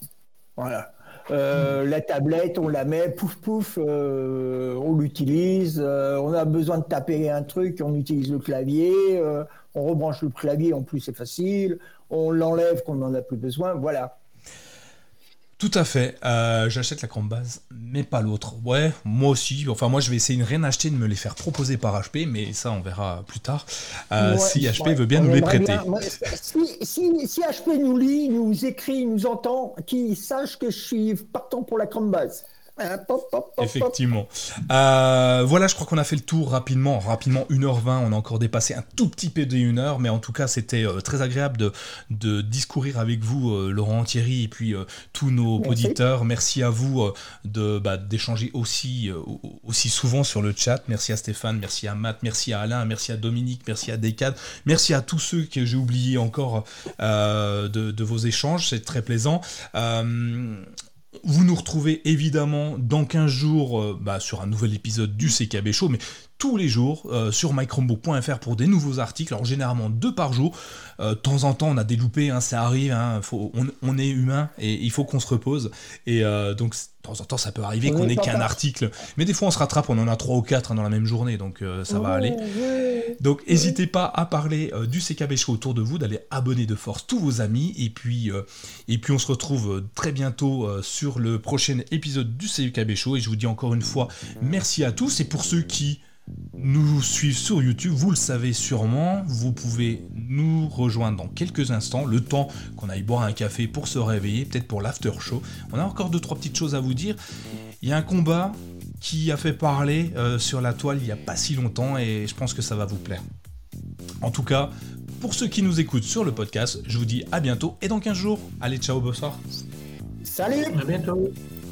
La tablette, on la met, pouf pouf, on l'utilise. On a besoin de taper un truc, on utilise le clavier. On rebranche le clavier, en plus c'est facile. On l'enlève quand on n'en a plus besoin. Voilà. Tout à fait. J'achète la Chromebase, mais pas l'autre. Ouais, moi aussi. Enfin, moi, je vais essayer de rien acheter, de me les faire proposer par HP, mais ça, on verra plus tard. Si HP veut bien nous les prêter. Si HP nous lit, nous écrit, nous entend, qu'il sache que je suis partant pour la Chromebase. Effectivement. Voilà, je crois qu'on a fait le tour rapidement 1h20, on a encore dépassé un tout petit peu de 1h, mais en tout cas c'était très agréable de discourir avec vous, Laurent, Thierry et puis tous nos auditeurs. Merci à vous d'échanger aussi souvent sur le chat. Merci à Stéphane, merci à Matt, merci à Alain, merci à Dominique, merci à Decad, merci à tous ceux que j'ai oubliés encore de vos échanges, c'est très plaisant. Vous nous retrouvez évidemment dans 15 jours sur un nouvel épisode du CKB Show, mais tous les jours sur mychromebook.fr pour des nouveaux articles, alors généralement 2 par jour. De temps en temps on a des loupés, ça arrive, on est humain et il faut qu'on se repose. Et donc de temps en temps ça peut arriver qu'on n'ait qu'un article, mais des fois on se rattrape, on en a 3 ou 4 dans la même journée, donc ça va aller. Donc n'hésitez pas à parler du CKB Show autour de vous, d'aller abonner de force tous vos amis, et puis on se retrouve très bientôt sur le prochain épisode du CKB Show, et je vous dis encore une fois merci à tous, et pour ceux qui nous suivent sur YouTube, vous le savez sûrement, vous pouvez nous rejoindre dans quelques instants, le temps qu'on aille boire un café pour se réveiller, peut-être pour l'after show. On a encore 2-3 petites choses à vous dire. Il y a un combat qui a fait parler sur la toile il n'y a pas si longtemps et je pense que ça va vous plaire. En tout cas, pour ceux qui nous écoutent sur le podcast, je vous dis à bientôt et dans 15 jours. Allez, ciao, bonsoir. Salut, à bientôt.